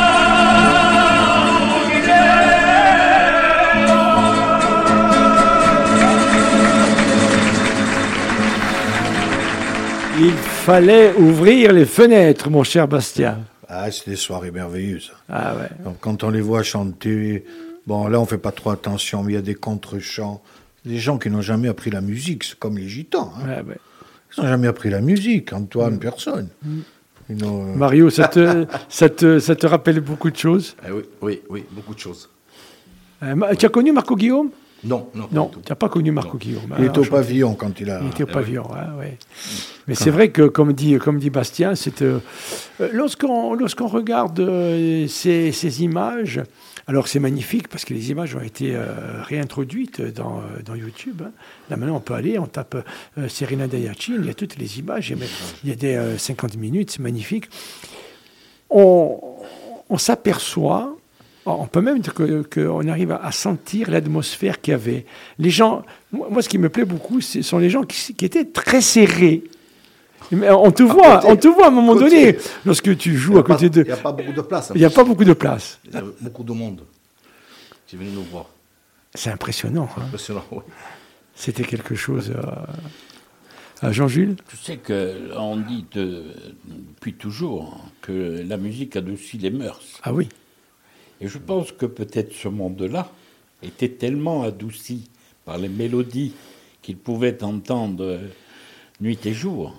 Il fallait ouvrir les fenêtres, mon cher Bastien. Ah, c'est des soirées merveilleuses. Ah ouais. Donc, quand on les voit chanter, bon, là, on fait pas trop attention, mais il y a des contre-chants. Des gens qui n'ont jamais appris la musique, c'est comme les gitans. Hein. Ouais, ouais. Ils n'ont jamais appris la musique, Antoine, personne. Ils n'ont, euh, Mario, ça te, ça, te, ça te rappelle beaucoup de choses. Eh oui, oui, oui, beaucoup de choses. Euh, Ma- tu as connu Marco Guillaume? Non, non, pas Non, du tout. tu n'as pas connu Marco Non. Guillaume. il Ah, était au je- pavillon quand il a... Il était au Ah, pavillon, hein, ouais. Mais c'est vrai que, comme dit, comme dit Bastien, c'est, euh, euh, lorsqu'on, lorsqu'on regarde euh, ces, ces images, alors c'est magnifique parce que les images ont été euh, réintroduites dans, euh, dans YouTube. hein. Là maintenant, on peut aller, on tape euh, Serena Dayachin, il y a toutes les images, il y a, même- il y a des euh, cinquante minutes, c'est magnifique. On, on s'aperçoit, on peut même dire que- qu'on arrive à sentir l'atmosphère qu'il y avait. Les gens, moi, moi, ce qui me plaît beaucoup, ce sont les gens qui, qui étaient très serrés. Mais on te voit, côté. on te voit à un moment Côté. donné, lorsque tu Il joues n'y à a, pas- côté de... il y a pas beaucoup de place. en Il n'y a plus. pas beaucoup de place. Il y a beaucoup de monde qui est venu nous voir. C'est impressionnant. hein. Impressionnant, oui. C'était quelque chose... euh, à Jean-Jules? Tu sais qu'on dit de- depuis toujours que la musique adoucit les mœurs. Ah oui. Et je pense que peut-être ce monde-là était tellement adouci par les mélodies qu'il pouvait entendre nuit et jour,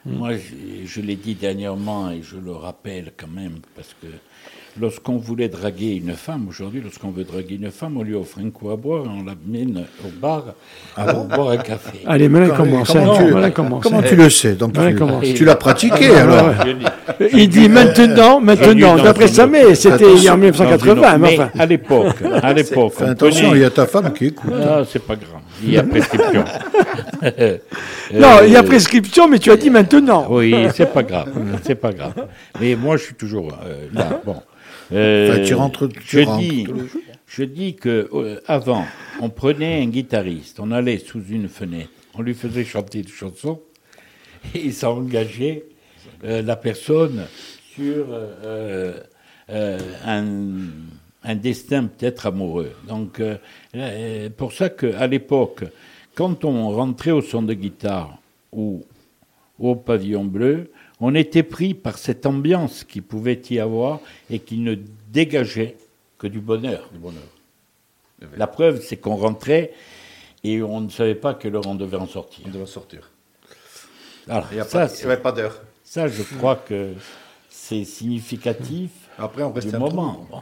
Moi, je, je l'ai dit dernièrement et je le rappelle quand même, parce que lorsqu'on voulait draguer une femme, aujourd'hui, lorsqu'on veut draguer une femme, on lui offre un coup à boire, on l'amène au bar pour boire un café. Allez, maintenant, commence. Comment, hein, tu, voilà, commence. comment tu le sais? Donc, Ouais, tu, comment tu l'as pratiqué, Ah, alors. ouais. Je dis- Il dit maintenant, maintenant, dans d'après une- ça, mais c'était il y a en Dans mille neuf cent quatre-vingts. une- mais mais enfin. à l'époque, à l'époque, Fais on attention, prenait- il y a ta femme qui écoute. Ah, c'est pas grave. Il y a prescription. Non, il y a Euh, prescription, mais tu as dit maintenant. Oui, c'est pas grave. C'est pas grave. Mais moi, je suis toujours euh, là. Bon. Euh, Enfin, tu rentres- tu je rentres dis, tous les jours. je dis que euh, avant, on prenait un guitariste, on allait sous une fenêtre, on lui faisait chanter des chansons, et il s'engageait euh, la personne sur euh, euh, un, un destin peut-être amoureux. Donc, euh, euh, pour ça qu'à l'époque, quand on rentrait au son de guitare ou au pavillon bleu, on était pris par cette ambiance qu'il pouvait y avoir et qui ne dégageait que du bonheur. Du bonheur. La preuve, c'est qu'on rentrait et on ne savait pas quelle heure on devait en sortir. On devait sortir. Alors, Il n'y ça, avait c'est- pas d'heure. ça, je crois que c'est significatif Après, on du restait entre moment. nous. Bon.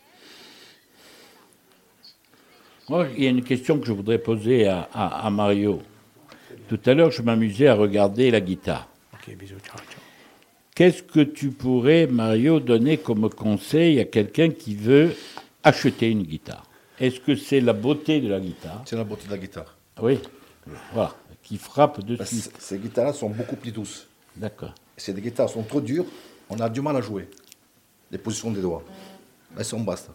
Moi, il y a une question que je voudrais poser à, à- à Mario. Tout à l'heure, je m'amusais à regarder la guitare. Ok, bisous, ciao, ciao. Qu'est-ce que tu pourrais, Mario, donner comme conseil à quelqu'un qui veut acheter une guitare? Est-ce que c'est la beauté de la guitare? C'est la beauté de la guitare. Oui, voilà, qui frappe Parce dessus. que Ces guitares sont beaucoup plus douces. D'accord. Ces des guitares sont trop dures, on a du mal à jouer. Les positions des doigts. Elles sont basses.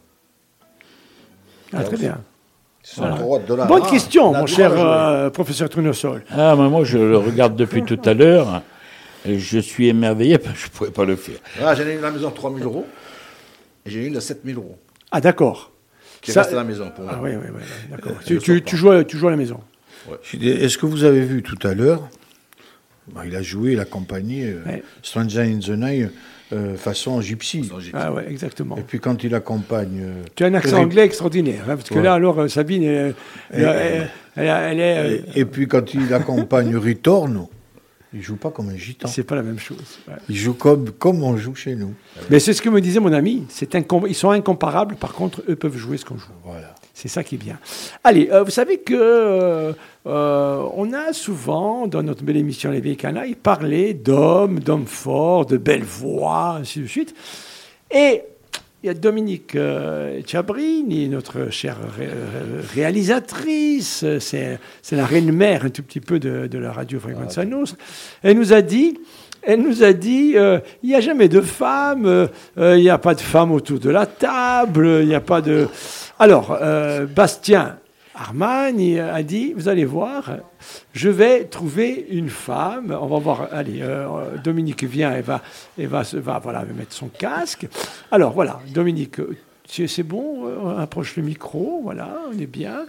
Ah, très bien. Elles sont trop hautes de là. Bonne Ah, question, on a mon du cher mal à jouer. euh, professeur Tournesol. Ah, mais moi, je le regarde depuis tout à l'heure. Et je suis émerveillé parce que je ne pouvais pas le faire. Ah, j'en ai une à la maison à trois mille euros. Et j'ai une à sept mille euros. Ah, d'accord. Qui Ça- reste à la maison pour moi. Ah, oui, oui, oui, oui, d'accord. Je Tu, le tu, sors tu pas. joues, à- tu joues à la maison. Je dis, est-ce que vous avez vu tout à l'heure, bah, il a joué, il a accompagné euh, Ouais. Stranger in the Night euh, façon gypsy. Sans gypsy. Ah, ouais, exactement. Et puis quand il accompagne... euh, Tu as un accent Eric- anglais extraordinaire, hein, parce que Ouais. là, alors, euh, Sabine, elle, elle, elle- elle- elle est. euh, et, et puis quand il accompagne Ritorno, il joue pas comme un gitan. c'est pas la même chose. ouais. Il joue comme, comme on joue chez nous. Mais c'est ce que me disait mon ami. C'est incom- Ils sont incomparables, par contre, eux peuvent jouer ce qu'on joue. Voilà. C'est ça qui est bien. Allez, euh, vous savez que euh, euh, on a souvent, dans notre belle émission Les Vieilles Canailles, parlé d'hommes, d'hommes forts, de belles voix, ainsi de suite. Et il y a Dominique euh, Ciabrini, notre chère ré- euh, réalisatrice, c'est, c'est la reine-mère un tout petit peu de, de la radio Frequenza Nostra. Elle nous a dit... Elle nous a dit, euh, il n'y a jamais de femmes, euh, euh, il n'y a pas de femmes autour de la table, il n'y a pas de... Alors, euh, Bastien Armagne a dit, vous allez voir, je vais trouver une femme, on va voir, allez, euh, Dominique vient, elle va, elle va, se- va, voilà, elle va mettre son casque. Alors, voilà, Dominique, c'est c'est bon, on approche le micro, voilà, on est bien.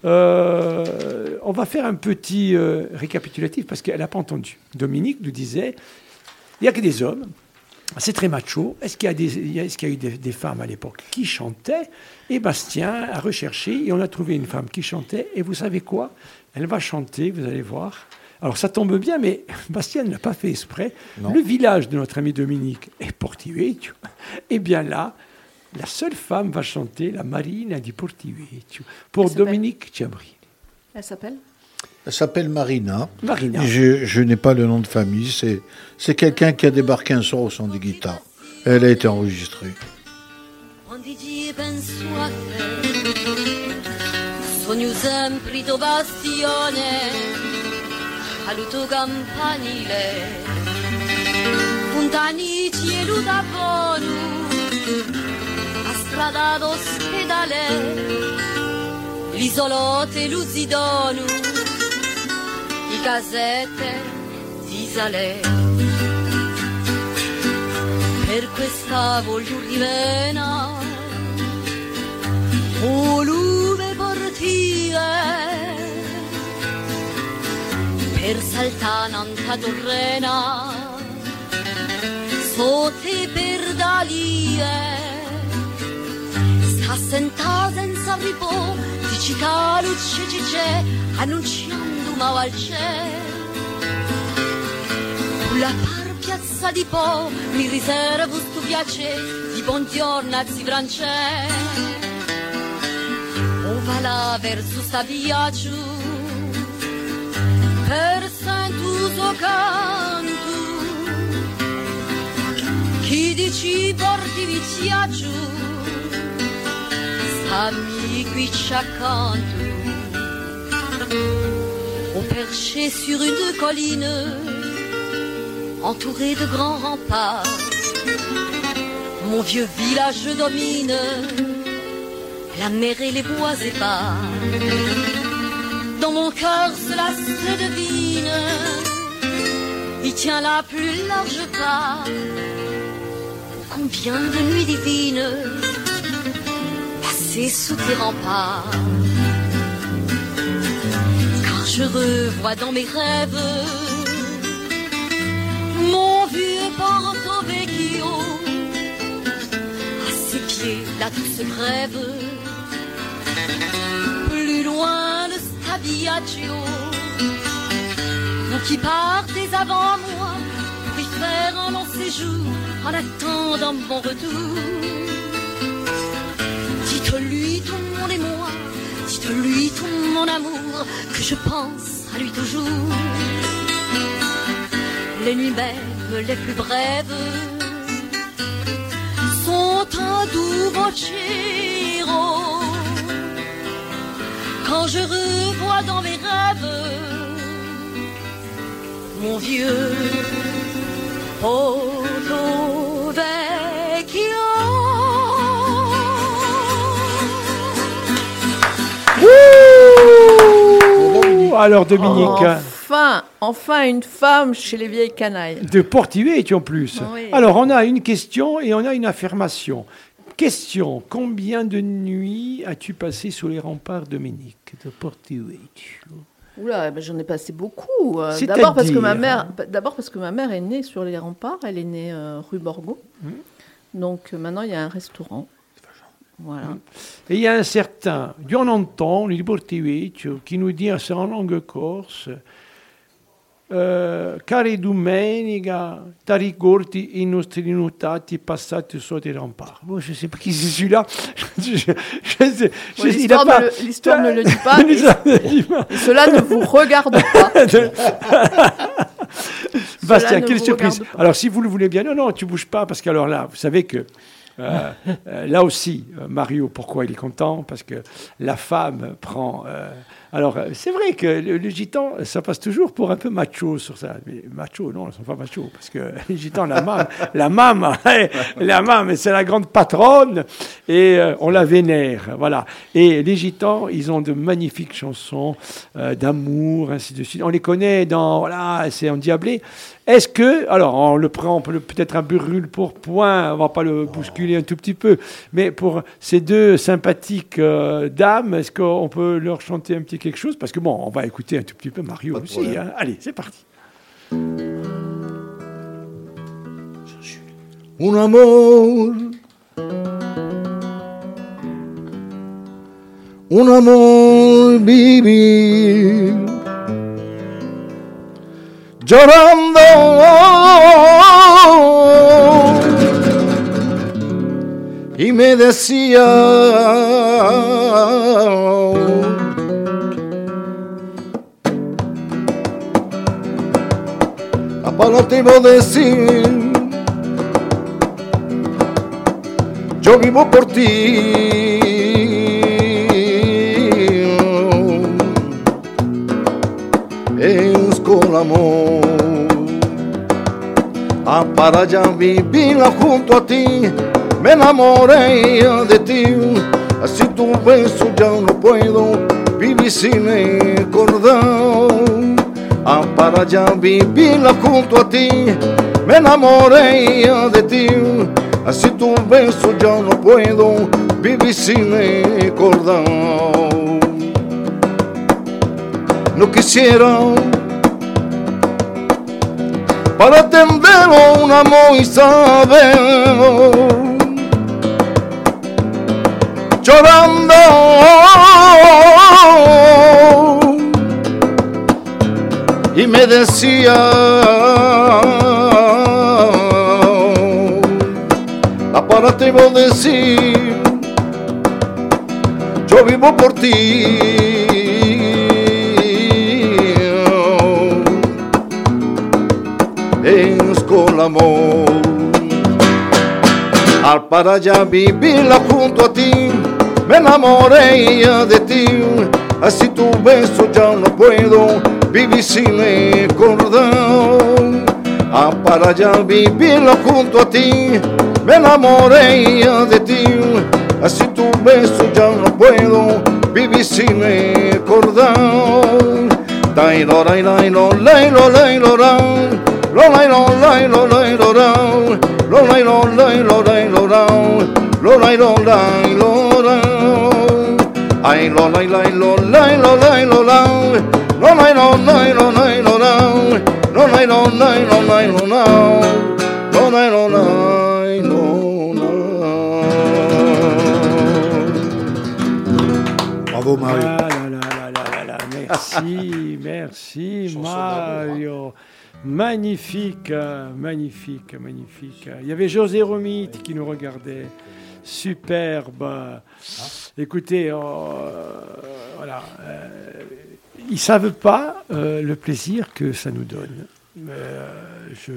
Euh, on va faire un petit euh, récapitulatif parce qu'elle n'a pas entendu. Dominique nous disait, il n'y a que des hommes, c'est très macho. Est-ce qu'il y a, des, il y a- est-ce qu'il y a eu des, des femmes à l'époque qui chantaient? Et Bastien a recherché et on a trouvé une femme qui chantait. Et vous savez quoi? Elle va chanter, vous allez voir. Alors ça tombe bien, mais Bastien ne l'a pas fait exprès. Non. Le village de notre ami Dominique est Portivecchio. Et bien là, la seule femme va chanter la Marina di Portivecchio pour Elle s'appelle Dominique Ciabrini. Elle s'appelle Elle s'appelle Marina. Marina. Je, je n'ai pas le nom de famille. C'est, c'est quelqu'un qui a débarqué un soir au son des guitares. Elle a été enregistrée. Quando ci penso a te, sogno sempre tuo bastione, al tuo campanile, puntani cielo da buono, a strada d'ospedale, l'isolote lucidonu, i casette di sale. Per questa voglio rivena, volume portive, per saltananta torrena, sotto per dalie, sta sentata senza ripò, dici che luce c'è, annunciando ma al cielo. Sulla par piazza di Po mi riservo sto piacere di buongiorno a zi francese. O va là verso sta via giù per sentuso canto. Chi dici porti via giù stammi qui accanto. On perchait sur une colline entouré de grands remparts. Mon vieux village domine la mer et les bois épars. Dans mon cœur cela se devine, il tient la plus large part. Combien de nuits divines passées sous tes remparts. Quand je revois dans mes rêves mon vieux Porto Vecchio, à ses pieds la douce grève, plus loin le Stabiaccio. Vous qui partez avant moi pour y faire un long séjour en attendant mon retour, dites-lui tout mon émoi, dites-lui tout mon amour, que je pense à lui toujours. Les nuits même les plus brèves sont un doux bochero. Quand je revois dans mes rêves mon vieux Porto Vecchio. Ouh, alors Dominique, Enfin, enfin une femme chez les vieilles canailles. de Portivecchio en plus. Oui. Alors on a une question et on a une affirmation. Question, combien de nuits as-tu passé sous les remparts, Dominique, de Portivecchio? Oula, ben j'en ai passé beaucoup. Euh, C'est-à-dire d'abord parce que ma mère, d'abord parce que ma mère est née sur les remparts. Elle est née euh, rue Borgo. Mmh. Donc euh, maintenant il y a un restaurant. Voilà. Et il y a un certain Dionanton, di Portivecchio, qui nous dit en langue corse euh, Care domenica, ti ricordi i nostri notati passati sotto i remparts. Bon, je ne sais pas qui c'est celui-là. Je, je, je sais, je, Ouais, il l'histoire, a pas- ne le, l'histoire ne le dit pas. L'histoire ne le dit pas. Et, et cela ne vous regarde pas. Bastien, ne quelle vous surprise. regarde pas. Alors, si vous le voulez bien, non, non, tu bouges pas, parce que alors là, vous savez que euh, euh, là aussi, euh, Mario, pourquoi il est content? Parce que la femme prend... euh, alors, euh, c'est vrai que le, le gitan, ça passe toujours pour un peu macho sur ça. Mais macho, non, ils ne sont pas machos, parce que les gitans, la mame, la mame, la mame, c'est la grande patronne, et euh, on la vénère, voilà. Et les gitans, ils ont de magnifiques chansons euh, d'amour, ainsi de suite. On les connaît dans, voilà, c'est endiablé. Est-ce que, alors on le prend, on peut le- peut-être un brûle pour point, on va pas le bousculer un tout petit peu, mais pour ces deux sympathiques euh, dames, est-ce qu'on peut leur chanter un petit quelque chose? Parce que bon, on va écouter un tout petit peu Mario Pas de aussi. problème. Hein. Allez, c'est parti. Un amor, un amor vivir, llorando, y me decía, para te voy a decir, yo vivo por ti. Es con amor. Ah, para ya vivir junto a ti, me enamoré de ti. Así tu beso ya no puedo vivir sin recordar. Ah, para ya vivir junto a ti, me enamoré de ti. Así tu beso ya no puedo vivir sin recordar. No quisiera para atender un amor y saber, llorando y me decía, te voy a decir, yo vivo por ti. Es con amor. Al para allá vivirla junto a ti, me enamoré de ti. Así tu beso ya no puedo vivir sin recordar. Al para allá vivirla junto a ti, me enamoré de ti. Así tu beso ya no puedo vivir sin recordar. Dai lo dai dai lo dai lo dai lo dai lo dai lo dai lo dai lo dai lo dai lo dai lo dai lo dai lo dai lo dai lo dai ai lo dai dai lo dai lo dai lo dai lo dai lo dai lo dai lo dai lo dai lo dai lo dai lo dai lo dai lo dai lo dai. Bravo Mario. Ah là là là là là là, merci, merci Mario. Magnifique, euh, magnifique, magnifique. Il y avait José Romite qui nous regardait. Superbe. Écoutez, euh, voilà. Euh, ils ne savent pas euh, le plaisir que ça nous donne. Euh, je,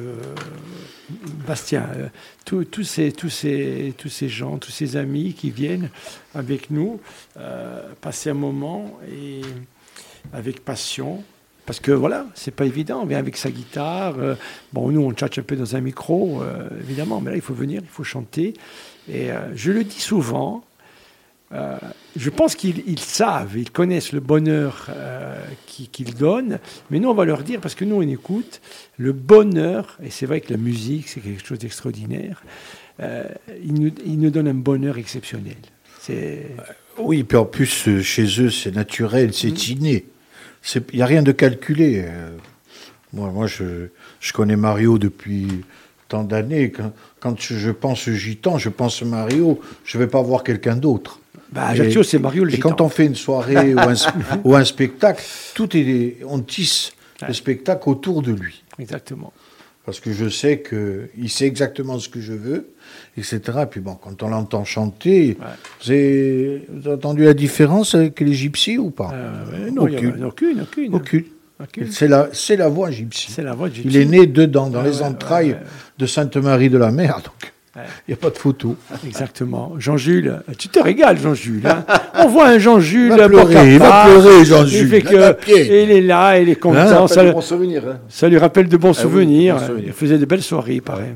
Bastien, euh, tous tous ces, tous ces, tous ces gens, tous ces amis qui viennent avec nous euh, passer un moment et avec passion. Parce que voilà, c'est pas évident, on vient avec sa guitare. Euh, bon, nous, on tchatche un peu dans un micro, euh, évidemment, mais là, il faut venir, il faut chanter. Et euh, je le dis souvent, euh, je pense qu'ils ils savent, ils connaissent le bonheur euh, qu'ils, qu'ils donnent, mais nous, on va leur dire, parce que nous, on écoute, le bonheur, et c'est vrai que la musique, c'est quelque chose d'extraordinaire, euh, ils, nous, ils nous donnent un bonheur exceptionnel. C'est... Oui, puis en plus, euh, chez eux, c'est naturel, c'est mmh. inné. Il n'y a rien de calculé. Moi, moi je, je connais Mario depuis tant d'années. Quand, quand je, je pense gitan, je pense Mario, je ne vais pas voir quelqu'un d'autre. Bah, Ajaccio, c'est Mario le et gitan. quand on fait une soirée ou, un, ou un spectacle, tout est, on tisse ouais. le spectacle autour de lui. Exactement. Parce que je sais qu'il sait exactement ce que je veux, et cetera. Et puis bon, quand on l'entend chanter, ouais. vous, avez, vous avez entendu la différence avec les gypsies ou pas euh, ouais, Non, aucune. Y a, aucune, aucune. Aucune. aucune. C'est, la, c'est la voix gypsy. C'est la voix gypsy. Il est né dedans, dans ouais, les ouais, entrailles ouais, ouais. de Sainte-Marie de la Mer, donc il ouais. n'y a pas de photo. Exactement. Jean-Jules, tu te régales, Jean-Jules. Hein. On voit un Jean-Jules. Il va pleurer, il va pleurer, Jean-Jules. Il, que, il est là, il est content. Hein, ça, ça, lui, hein. ça lui rappelle de bons ah, souvenirs. Oui, bons souvenirs. Il faisait de belles soirées, il paraît.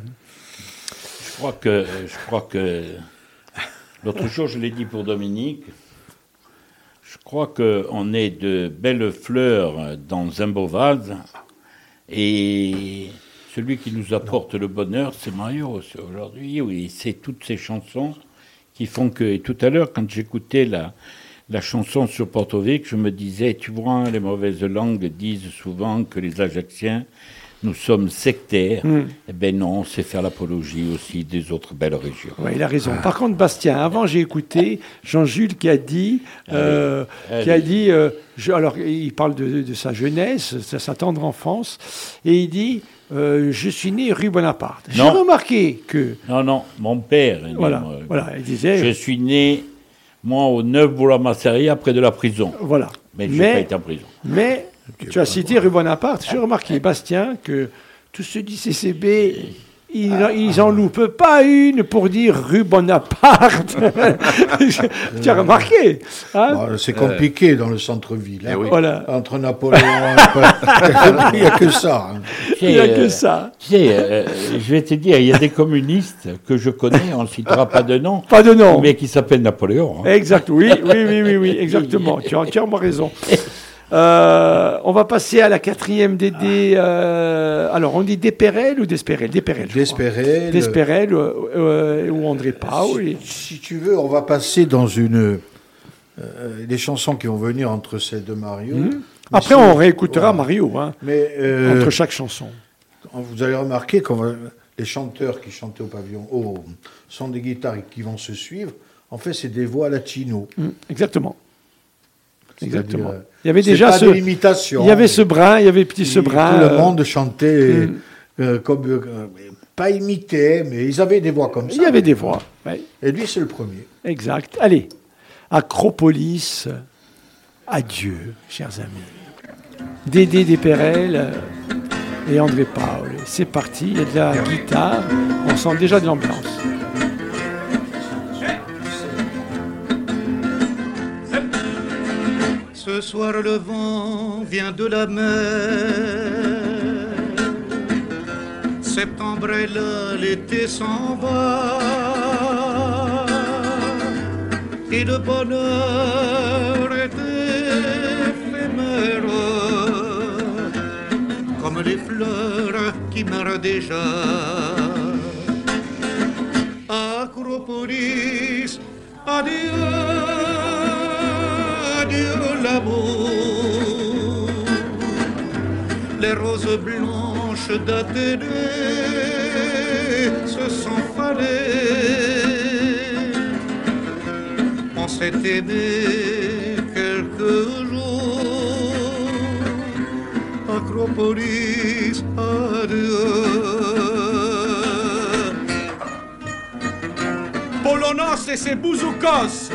Je crois que, je crois que l'autre jour, je l'ai dit pour Dominique, je crois qu'on est de belles fleurs dans un beau vase et celui qui nous apporte non. le bonheur, c'est Mario. C'est aujourd'hui, oui, c'est toutes ces chansons qui font que... Et tout à l'heure, quand j'écoutais la, la chanson sur Porto Vecchio, je me disais, tu vois, les mauvaises langues disent souvent que les Ajacciens, nous sommes sectaires. Mm. Eh bien non, c'est faire l'apologie aussi des autres belles régions. Oui, il a raison. Ah. Par contre, Bastien, avant j'ai écouté Jean-Jules qui a dit, euh, allez, qui allez. a dit, euh, je, alors il parle de, de sa jeunesse, de sa tendre enfance, et il dit, euh, je suis né rue Bonaparte. J'ai non. remarqué que... Non, non, mon père est né, voilà, moi, voilà, il disait... Je suis né, moi, au neuf boulevard Masseria, près de la prison. Voilà. Mais je n'ai pas été en prison. Mais... Tu as cité rue Bonaparte. J'ai remarqué, Bastien, que tous ceux du C C B, ils, ils en loupent pas une pour dire rue Bonaparte. Tu as remarqué hein bon, c'est compliqué euh, dans le centre-ville. Hein. Oui. Voilà. Entre Napoléon il n'y a que ça. Hein. Il n'y a que ça. Tu sais, euh, je vais te dire, il y a des communistes que je connais, on ne citera pas de nom. Pas de nom. Mais qui s'appellent Napoléon. Hein. Exact, oui, oui, oui, oui, oui, exactement. Tu as entièrement raison. Euh, on va passer à la quatrième D D. Euh, alors, on dit Desperel ou Desperel Desperel. Desperel. Desperel euh, euh, ou André Pau. Si, si tu veux, on va passer dans une euh, les chansons qui vont venir entre celles de Mario. Mmh. Après, on réécoutera voilà. Mario. Hein, Mais euh, entre chaque chanson. Vous allez remarquer que les chanteurs qui chantaient au pavillon haut sont des guitares qui vont se suivre. En fait, c'est des voix latino. Mmh. Exactement. Exactement. Euh, il y avait déjà ce, l'imitation. Il y avait ce brin, il y avait petit ce brin. Tout le monde chantait mmh. euh, comme euh, pas imité, mais ils avaient des voix comme ça. Il y avait des voix. Ouais. Et lui, c'est le premier. Exact. Allez, Acropolis, adieu, chers amis. Dédé Desperel euh, et André Paul. C'est parti, il y a de la guitare, on sent déjà de l'ambiance. Ce soir le vent vient de la mer. Septembre est là, l'été s'en va. Et le bonheur est éphémère, comme les fleurs qui meurent déjà. Acropolis, adieu, adieu l'amour. Les roses blanches d'Athénée se sont fanées. On s'est aimé quelques jours. Acropolis, adieu. Polonos et ses bouzoukos.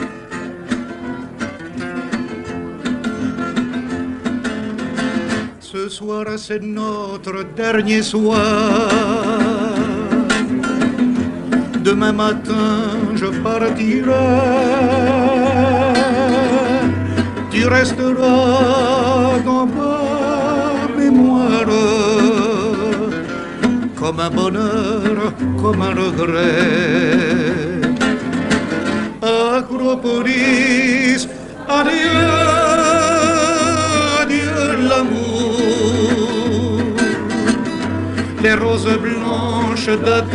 Ce soir, c'est notre dernier soir. Demain matin, je partirai. Tu resteras dans ma mémoire comme un bonheur, comme un regret. Acropolis, adieu, adieu l'amour. Les roses blanches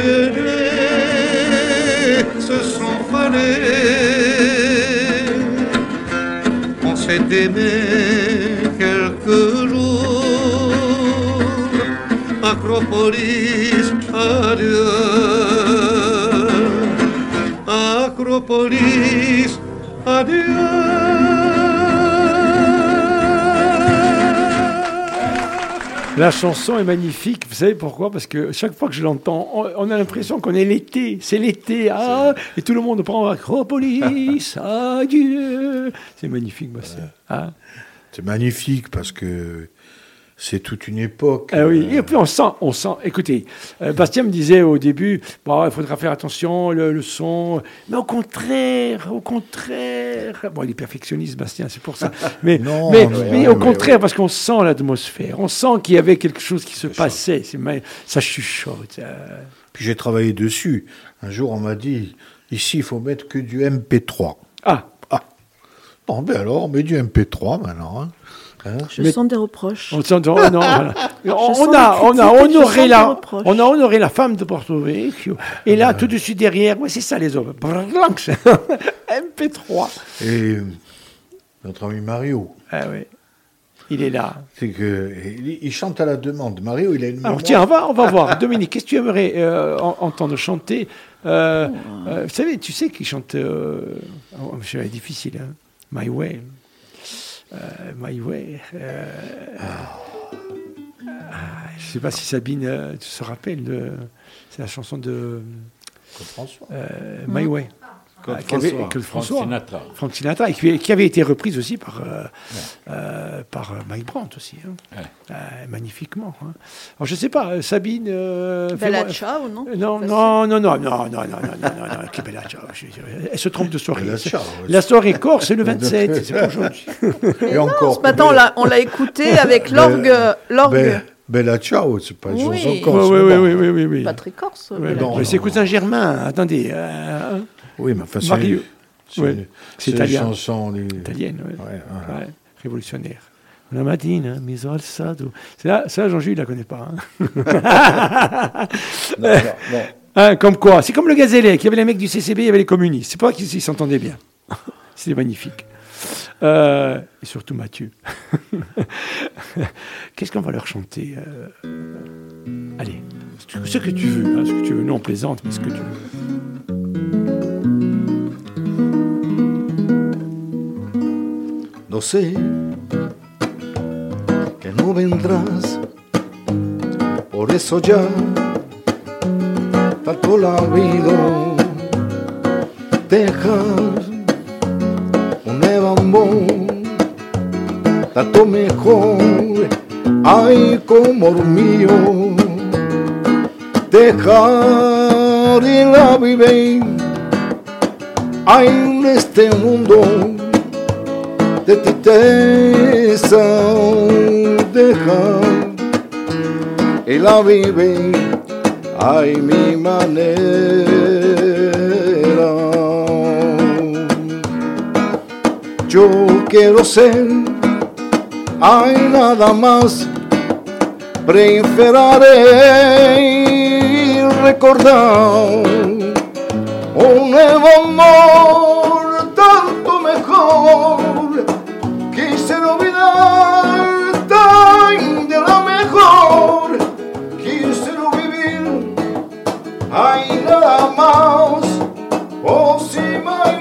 d'Athénée se sont fanées. On s'est aimé quelques jours. Acropolis, adieu. Acropolis, adieu. La chanson est magnifique, vous savez pourquoi? Parce que chaque fois que je l'entends, on, on a l'impression qu'on est l'été, c'est l'été, ah, et tout le monde prend Acropolis, adieu. C'est magnifique, Bastien. Ah. C'est magnifique parce que c'est toute une époque. Ah oui, et puis on sent, on sent. Écoutez, euh, Bastien me disait au début, bon, il faudra faire attention, le, le son. Mais au contraire, au contraire. Bon, il est perfectionniste, Bastien, c'est pour ça. Mais, Non, mais, mais- mais ouais, au ouais, contraire, ouais. parce qu'on sent l'atmosphère, on sent qu'il y avait quelque chose qui se passait. C'est ma- ça chuchote. euh. Puis j'ai travaillé dessus. Un jour, on m'a dit, ici, il faut mettre que du M P trois. Ah, Ah, bon, ben alors, on met du M P trois maintenant. Hein. Hein Je Mais- sens des reproches. on sent, oh, non, voilà. on, sens on a, les on a critiques et je honoré sens la, des reproches. on a honoré la femme de Porto Vecchio. Et là, tout de suite derrière, ouais, c'est ça les hommes. M P trois. Et euh, notre ami Mario, Ah oui, il est là. c'est que il, il chante à la demande. Mario, il a une Alors mémoire- tiens, on va, on va voir. Dominique, qu'est-ce que tu aimerais euh, en- entendre chanter euh, euh, Vous savez, tu sais qu'il chante... Euh, oh, c'est difficile, hein. My Way. Euh, My Way. euh, ah, je ne sais pas si Sabine euh, tu se rappelle. De, c'est la chanson de Claude François. euh, My Way. Claude Ah, qui avait- François, Claude Frank François. Sinatra. Frank Sinatra, et qui, qui avait été reprise aussi par, euh, euh, par euh, Mike Brandt aussi. Hein. Ouais. Euh, magnifiquement. Hein. Alors je ne sais pas, euh, Sabine... Euh, Bella fais-moi- ciao, non Euh, Non, Facile. non, non, non, non, non, non, non, non, non, non, que Bella ciao. Je- je- Elle se trompe de soirée. Bella ciao, ouais. La soirée corse, c'est le vingt-sept, c'est pas aujourd'hui. Et encore. Ce matin, on l'a, on l'a écouté avec l'orgue. l'orgue Ben, Bella ciao, c'est pas une Oui. chanson Oui, corse. oui, mais oui, bon. oui, oui, oui, oui. pas très corse. Ouais, Bella non, ciao. mais c'est cousin Germain, attendez. euh, hein, Oui, mais enfin, c'est Mario. c'est Ouais, une, c'est c'est une italien. chanson. les- Italienne, ouais. Ouais, voilà. Ouais, révolutionnaire. La mattina mi sono alzato. C'est là, ça, Jean-Jules, il la connaît pas. Hein. Non, non, non. Hein, comme quoi, c'est comme le Gazélec. Il y avait les mecs du C C B, il y avait les communistes. C'est pas qu'ils ils s'entendaient bien. C'était magnifique. Euh, et surtout Mathieu. Qu'est-ce qu'on va leur chanter euh, Allez, ce que tu veux. Hein, ce que tu veux. Nous, on plaisante, mais ce que tu veux. No sé que no vendrás, por eso ya tanto la vida dejar un nuevo amor, tanto mejor, ay como el mío, dejar y la vivir, ay en este mundo de tristeza, dejar y la vivir, ay mi manera. Yo quiero ser, hay nada más, preferiré recordar un nuevo amor tanto mejor, quisiera olvidar tan de la mejor, quisiera vivir, hay nada más, oh si my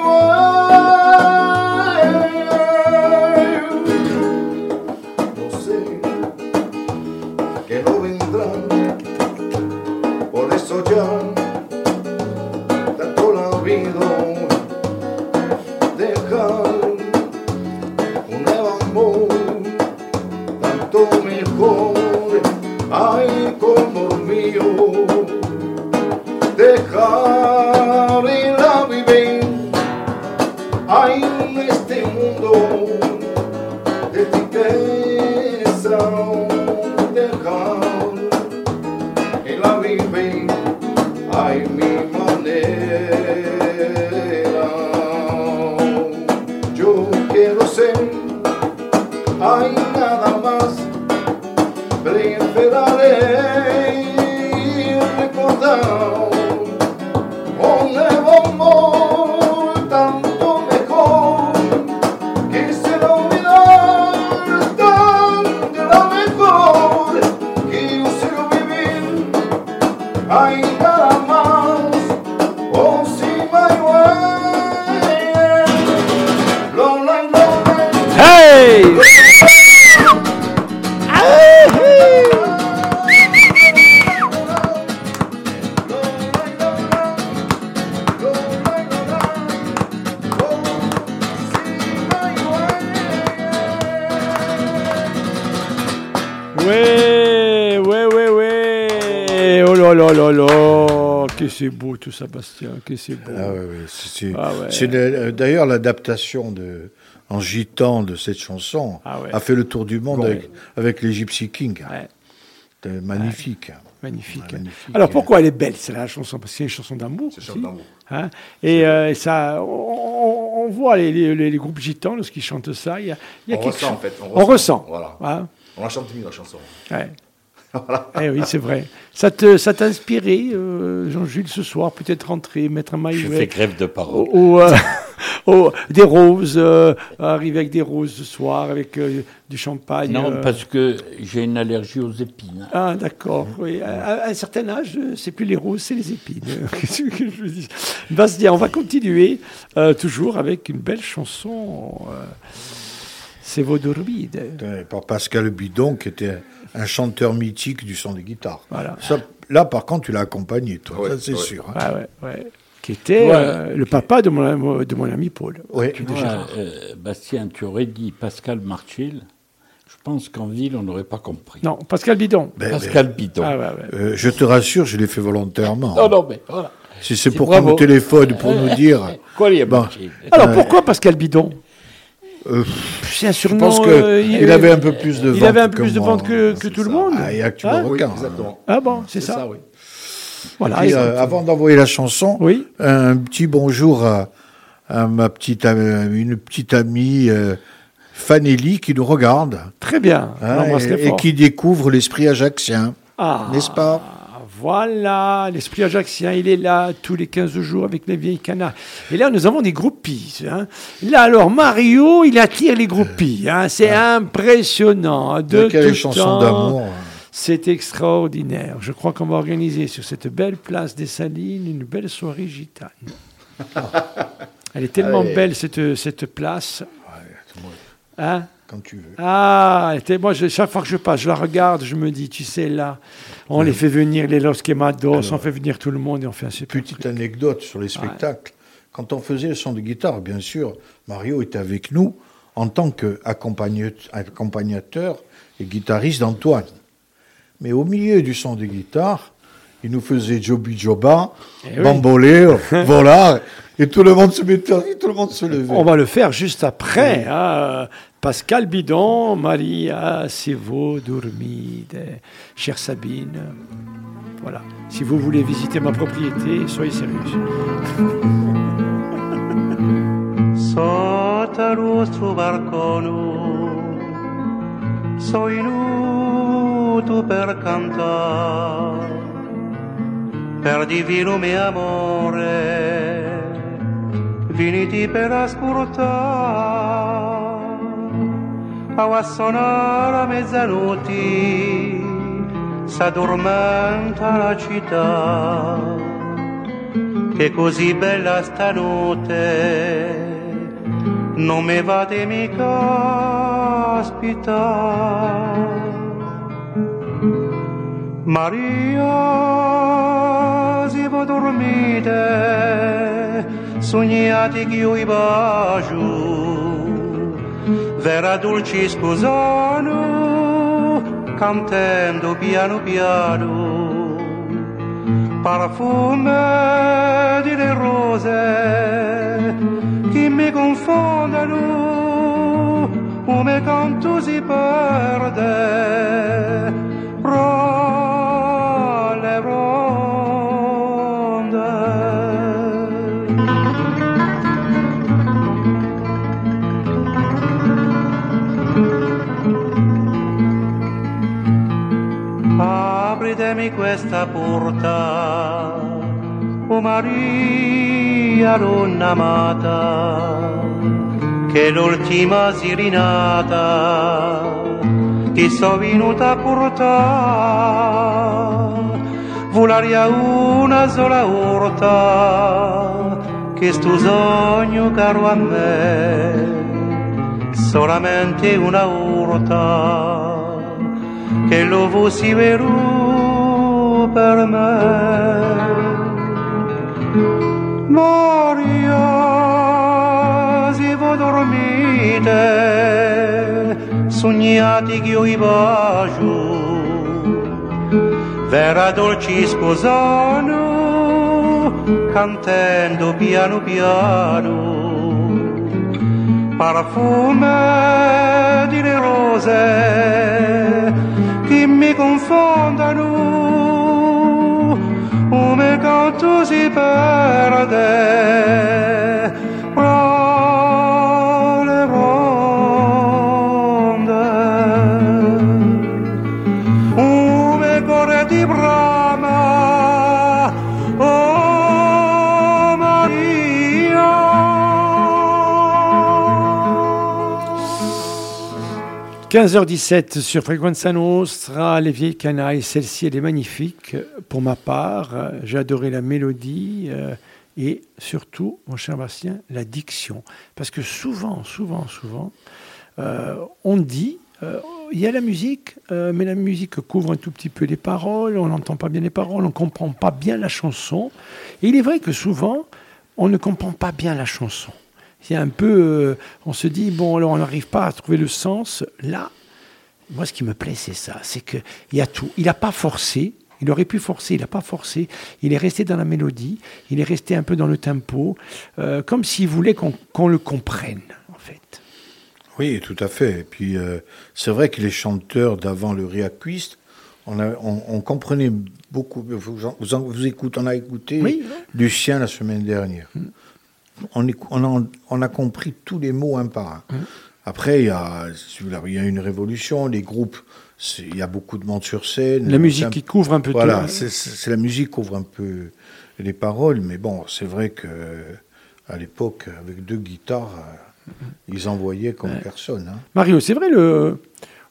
no sé que no vendrá, por eso ya tanto la vida dejar un nuevo amor tanto mejor, ay como el mío, dejar y la vivir, ay en este mundo de tristeza, dejar y la vivir, ay mi manera. Yo quiero ser, hay nada más, preferiré recordar un nuevo amor tanto mejor, quisiera olvidar tan de la mejor, quisiera vivir, hay nada más, oh si my way, lo la lo Hey! Ouais, ouais, ouais, ouais. Oh là là là là. Que c'est beau tout ça, Bastien. Que c'est beau. Ah ouais, ouais, c'est, c'est, Ah ouais. c'est le- d'ailleurs l'adaptation de, en gitan de cette chanson Ah ouais. a fait le tour du monde Ouais. avec, avec les Gypsy Kings. Ouais. C'était magnifique. Magnifique. Ouais, magnifique. Alors pourquoi elle est belle, c'est la chanson? Parce que c'est une chanson d'amour. C'est aussi. chanson d'amour. Hein, et euh, ça, on, on- on voit les, les, les groupes gitans lorsqu'ils chantent ça. Il y a, il y a On quelque ressent, chose. en fait, on On ressent. ressent. Voilà. Hein, On la chante mieux, la chanson. ouais. Voilà. Eh oui, c'est vrai. Ça te, ça t'a inspiré, euh, Jean-Jules, ce soir, peut-être rentrer, mettre un maillot. Je fais grève de parole. Au- au, euh, au- des roses, euh, arriver avec des roses ce soir, avec euh, du champagne. Non, euh. parce que j'ai une allergie aux épines. Ah, d'accord. Oui. À, à un certain âge, euh, c'est plus les roses, c'est les épines. Qu'est-ce que je veux dire? Bastien, on va continuer euh, toujours avec une belle chanson. euh, C'est Vaudormide. Ouais, par Pascal Bidon, qui était un chanteur mythique du son des guitares. Voilà. Ça, là, par contre, tu l'as accompagné, toi, Ouais, ça c'est ouais. sûr. hein. Ouais, ouais, ouais. Qui était Ouais. euh, le papa de mon, de mon ami Paul. Ouais. Qui est de Moi, Gérard. euh, Bastien, tu aurais dit Pascal Marchil. Je pense qu'en ville, on n'aurait pas compris. Non, Pascal Bidon. Ben, Pascal Bidon. Ah, ouais, ouais. ben, euh, je te rassure, je l'ai fait volontairement. Non, non, mais voilà. Si c'est C'est pour bravo. qu'on me téléphone pour nous dire. Quoi, il y a Bon. Marchil Alors Euh, pourquoi Pascal Bidon? Euh, C'est un je surnom. pense qu'il euh, il avait un peu plus de vente. Il avait un peu plus de moi. vente que, que C'est tout le ça. monde. Ah, il y a que tu Hein me Oui, regardes. exactement. Ah bon, c'est ça. oui. Voilà. Puis, et- euh, avant d'envoyer la chanson, Oui. un petit bonjour à, à ma petite, am- une petite amie euh, Fanelli qui nous regarde Très bien. hein, On l'embrasse très et, et fort. qui découvre l'esprit ajaxien, Ah, n'est-ce pas? Voilà, l'esprit ajaxien, il est là tous les quinze jours avec les vieilles canards. Et là, nous avons des groupies. Hein. Là, alors, Mario, il attire les groupies. Hein. C'est impressionnant. De De quelle tout chanson temps. d'amour hein. C'est extraordinaire. Je crois qu'on va organiser sur cette belle place des Salines une belle soirée gitane. Elle est tellement Allez. belle, cette, cette place. Hein? quand tu veux. Ah, t'es- moi, je- chaque fois que je passe, je la regarde, je me dis, tu sais, là, on les fait venir, les Los Quemados, Alors, on fait venir tout le monde et on fait un super Petite truc. anecdote sur les spectacles. Quand on faisait le son de guitare, bien sûr, Mario était avec nous en tant qu'accompagnateur et guitariste d'Antoine. Mais au milieu du son de guitare, il nous faisait Joby Joba, Eh oui. Bamboleo, Volare, et tout le monde se mettait, et tout le monde se levait. On va le faire juste après. hein. Pascal Bidon, Maria, si vous dormite, chère Sabine. Voilà. Si vous voulez visiter ma propriété, soyez sérieux. Sotto il vostro balcone sono venuto per cantare, per divino mio amore, veniti per ascoltare. A suonare a mezzanotte s'addormenta la città, che così bella stanotte non mi vate mica ospitare. Maria, se voi dormite, sognate che io vi bacio, vera dolci scusano, cantando piano piano, parfume di le rose che mi confondano, come canto si perde fra le ronde. Apritemi questa porta, o Maria donna amata, che l'ultima sirinata ti so venuta a portare, volaria una sola orta, che sto sogno caro a me, solamente una orta, che lo fossi vero per me. Maria, se voi dormite, sognate che io vi bacio, vera dolci sposano, cantando piano piano, parfume di le rose che mi confondano, come canto si perde fra le ronde, come cuore di brama, oh Maria. quinze heures dix-sept sur Frequenza Nostra, les vieilles canailles, celle-ci elle est magnifique pour ma part, j'ai adoré la mélodie euh, et surtout, mon cher Bastien, la diction. Parce que souvent, souvent, souvent, euh, on dit, euh, il y a la musique, euh, mais la musique couvre un tout petit peu les paroles, on n'entend pas bien les paroles, on ne comprend pas bien la chanson. Et il est vrai que souvent, on ne comprend pas bien la chanson. Il y a un peu, euh, on se dit, bon, alors on n'arrive pas à trouver le sens. Là, moi, ce qui me plaît, c'est ça, c'est qu'il y a tout. Il n'a pas forcé, il aurait pu forcer, il n'a pas forcé. Il est resté dans la mélodie, il est resté un peu dans le tempo, euh, comme s'il voulait qu'on qu'on le comprenne, en fait. Oui, tout à fait. Et puis, euh, c'est vrai que les chanteurs d'avant le Riaquist, on, a, on, on comprenait beaucoup. Vous, vous, vous écoutez, on a écouté Oui. Lucien la semaine dernière. Mm. On, éc- on, a, on a compris tous les mots un par un. Mm. Après, il y a, il y a une révolution, les groupes, c'est- il y a beaucoup de monde sur scène. La musique C'est un- qui couvre un peu Voilà, tout. c'est, c'est- c'est la musique qui couvre un peu les paroles, mais bon, c'est vrai que à l'époque, avec deux guitares, euh, ils envoyaient comme Ouais. personne. Hein. Mario, c'est vrai, le,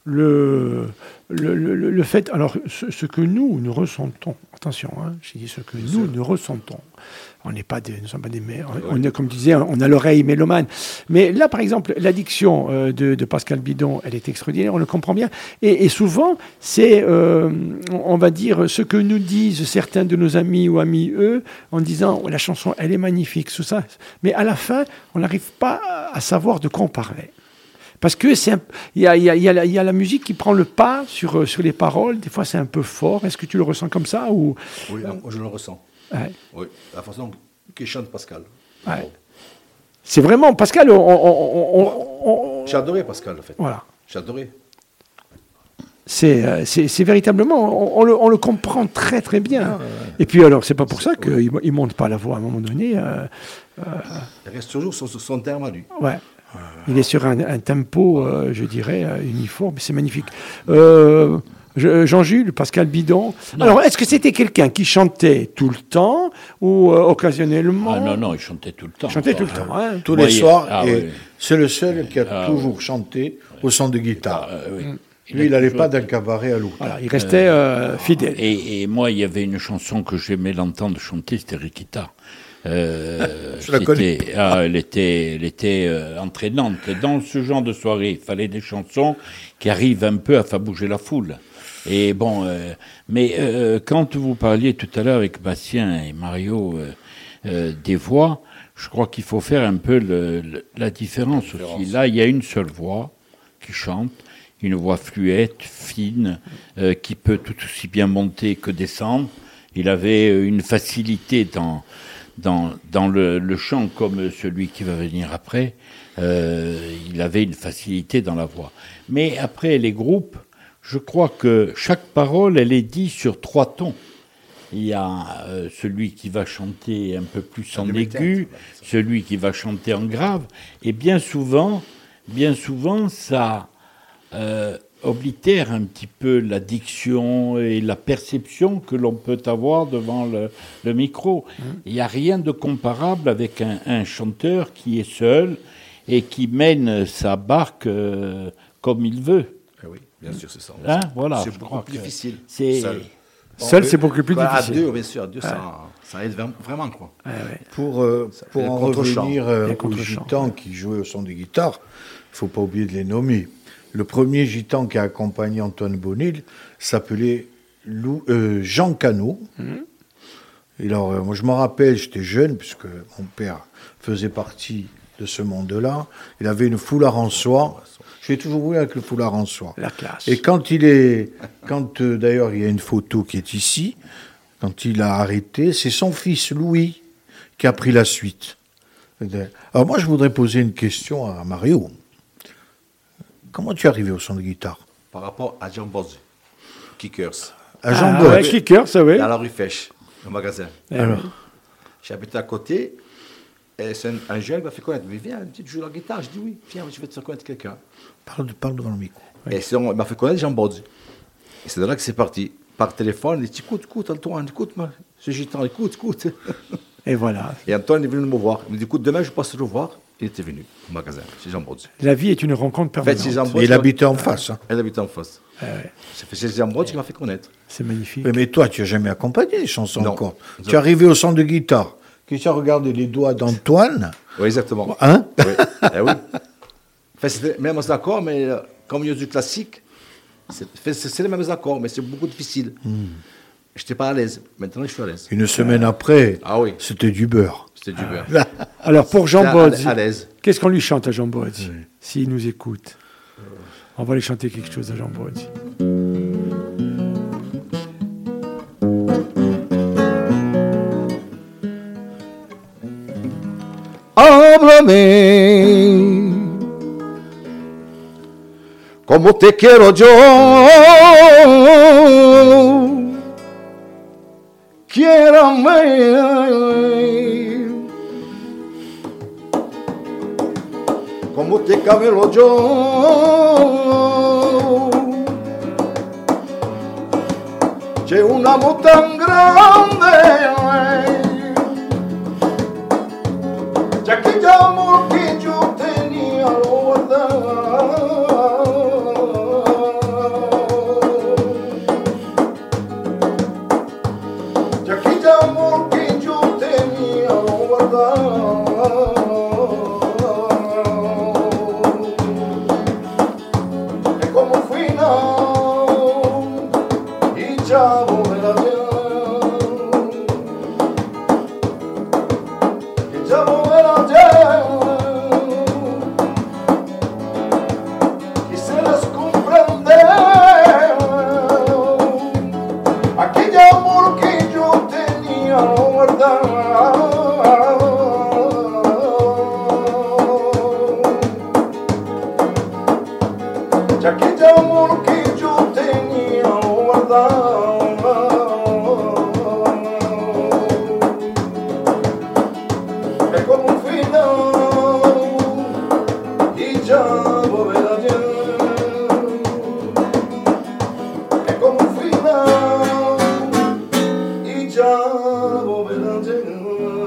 le, le, le, le fait, alors ce, ce que nous, nous ressentons, attention, hein, j'ai dit ce que Bien nous, sûr. nous ressentons, on n'est pas des, nous ne sommes pas des mères, on, on est, comme tu disais, on a l'oreille mélomane, mais là, par exemple, l'addiction euh, de, de Pascal Bidon, elle est extraordinaire, on le comprend bien, et, et souvent, c'est, euh, on va dire, ce que nous disent certains de nos amis ou amis, eux, en disant, oh, la chanson, elle est magnifique, tout ça, mais à la fin, on n'arrive pas à savoir de quoi on parlait. Parce que c'est il y a, y, a, y, a la, y a la musique qui prend le pas sur, sur les paroles. Des fois, c'est un peu fort. Est-ce que tu le ressens comme ça ou... Oui, je le ressens. Ouais. Oui, la façon qu'il chante Pascal. Ouais. Bon. C'est vraiment... Pascal, on... on, on, on J'ai adoré Pascal, en fait. Voilà. J'ai adoré. C'est, c'est, c'est véritablement... On, on, le, on le comprend très, très bien. Ah, ouais, ouais. Et puis, alors, c'est pas pour c'est ça qu'il ne monte pas la voix à un moment donné. Euh, euh... Il reste toujours sur son terme à lui. Ouais. Il est sur un, un tempo, euh, je dirais, euh, uniforme, c'est magnifique. Euh, je, Jean-Jules, Pascal Bidon. Non. Alors, est-ce que c'était quelqu'un qui chantait tout le temps ou euh, occasionnellement? Ah non, non, il chantait tout le temps. Il chantait tout le temps, hein. Tous les soirs, ah, et oui. c'est le seul qui a ah, toujours oui. chanté au son de guitare. Ah, oui. Mmh. Il Lui, il n'allait pas d'un cabaret à l'autre. Voilà, il restait euh, fidèle. Et, et moi, il y avait une chanson que j'aimais l'entendre chanter, c'était Rikita. Euh, Je la connais. Ah, elle était, elle était euh, entraînante. Dans ce genre de soirée, il fallait des chansons qui arrivent un peu à faire bouger la foule. Et bon, euh, mais euh, quand vous parliez tout à l'heure avec Bastien et Mario euh, euh, des voix, je crois qu'il faut faire un peu le, le, la différence, la différence aussi. Là, il y a une seule voix qui chante, une voix fluette, fine, euh, qui peut tout aussi bien monter que descendre. Il avait une facilité dans Dans, dans le, le chant, comme celui qui va venir après, euh, il avait une facilité dans la voix. Mais après, les groupes, je crois que chaque parole, elle est dite sur trois tons. Il y a euh, celui qui va chanter un peu plus en aigu, celui qui va chanter en grave, et bien souvent, bien souvent, ça euh, oblitère un petit peu la diction et la perception que l'on peut avoir devant le, le micro. Mmh. Il n'y a rien de comparable avec un, un chanteur qui est seul et qui mène sa barque euh, comme il veut. Ah oui, bien sûr, c'est ça. Hein, voilà, c'est beaucoup plus difficile. C'est... Seul, seul c'est beaucoup plus bah, difficile. À deux, bien sûr, à deux, ouais. ça, ça aide vraiment, quoi. Ouais, ouais. Pour, euh, pour en revenir euh, aux gitans ouais. qui jouaient au son des guitares, il ne faut pas oublier de les nommer. Le premier gitan qui a accompagné Antoine Bonil s'appelait Lou, euh, Jean Cano. Mmh. Et alors, euh, moi, je me rappelle, j'étais jeune, puisque mon père faisait partie de ce monde-là. Il avait une foulard en soie. Je l'ai toujours voulu avec le foulard en soie. La classe. Et quand il est... Quand, euh, d'ailleurs, il y a une photo qui est ici, quand il a arrêté, c'est son fils Louis qui a pris la suite. Alors moi, je voudrais poser une question à Mario. Comment tu es arrivé au son de guitare? Par rapport à Jean Boz, Kickers. À Jean ah, Boz. Ouais, Kickers, ça oui. À la rue Fèche, le magasin. Alors. J'habitais à côté, et c'est un, un jeune qui m'a fait connaître. Mais viens, tu joues la guitare? Je dis oui, viens, je vais te faire connaître quelqu'un. Parle, parle devant le micro. Et c'est, on, il m'a fait connaître Jean Boz. Et c'est de là que c'est parti. Par téléphone, il dit écoute, écoute, Antoine, écoute, moi, ce gitan, écoute, écoute. Et voilà. Et Antoine est venu me voir. Il me dit écoute, demain, je passe le voir. Il était venu au magasin, c'est Jean Brod. La vie est une rencontre permanente. En fait, Jean Brod, et il habitait en face. Hein. Il habitait en face. Ah ouais. C'est Jean Brod qui m'a fait connaître. C'est magnifique. Mais, mais toi, tu n'as jamais accompagné les chansons non. encore. Non. Tu es arrivé au son de guitare. Que tu as regardé les doigts d'Antoine. Oui, exactement. Hein? Oui. Eh oui. Enfin, c'était même aux accords, mais euh, comme il y a du classique, c'est, c'est les mêmes accords, mais c'est beaucoup difficile. Mm. Je n'étais pas à l'aise. Maintenant, je suis à l'aise. Une semaine euh... après, ah oui. c'était du beurre. C'était du beurre. Ah. Alors, pour Jean Bodz, à l'aise. Qu'est-ce qu'on lui chante à Jean Bodz, oui. S'il nous écoute? On va lui chanter quelque chose à Jean Bodz. Háblame como te quiero yo. Quiérame como te cabelo yo. C'è un amor tan grande. Ya que el amor que yo tenía lo guardaba. già vedrà è come un finale i già vedrà.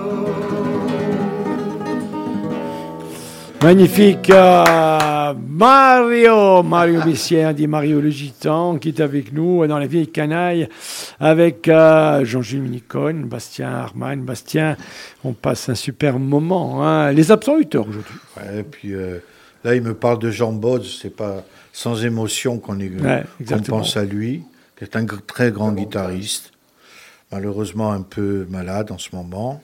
Magnifique euh, Mario, Mario Bessière, dit Mario Le Gitan, qui est avec nous dans la vieille canaille avec euh, Jean-Jules Minicone, Bastien Harman. Bastien, on passe un super moment. Hein. Les absents huit heures aujourd'hui. Ouais, et puis euh, là, il me parle de Jean Bodz, c'est pas sans émotion qu'on est, Ouais, qu'on exactement. pense à lui, qui est un gr- très grand guitariste, malheureusement un peu malade en ce moment,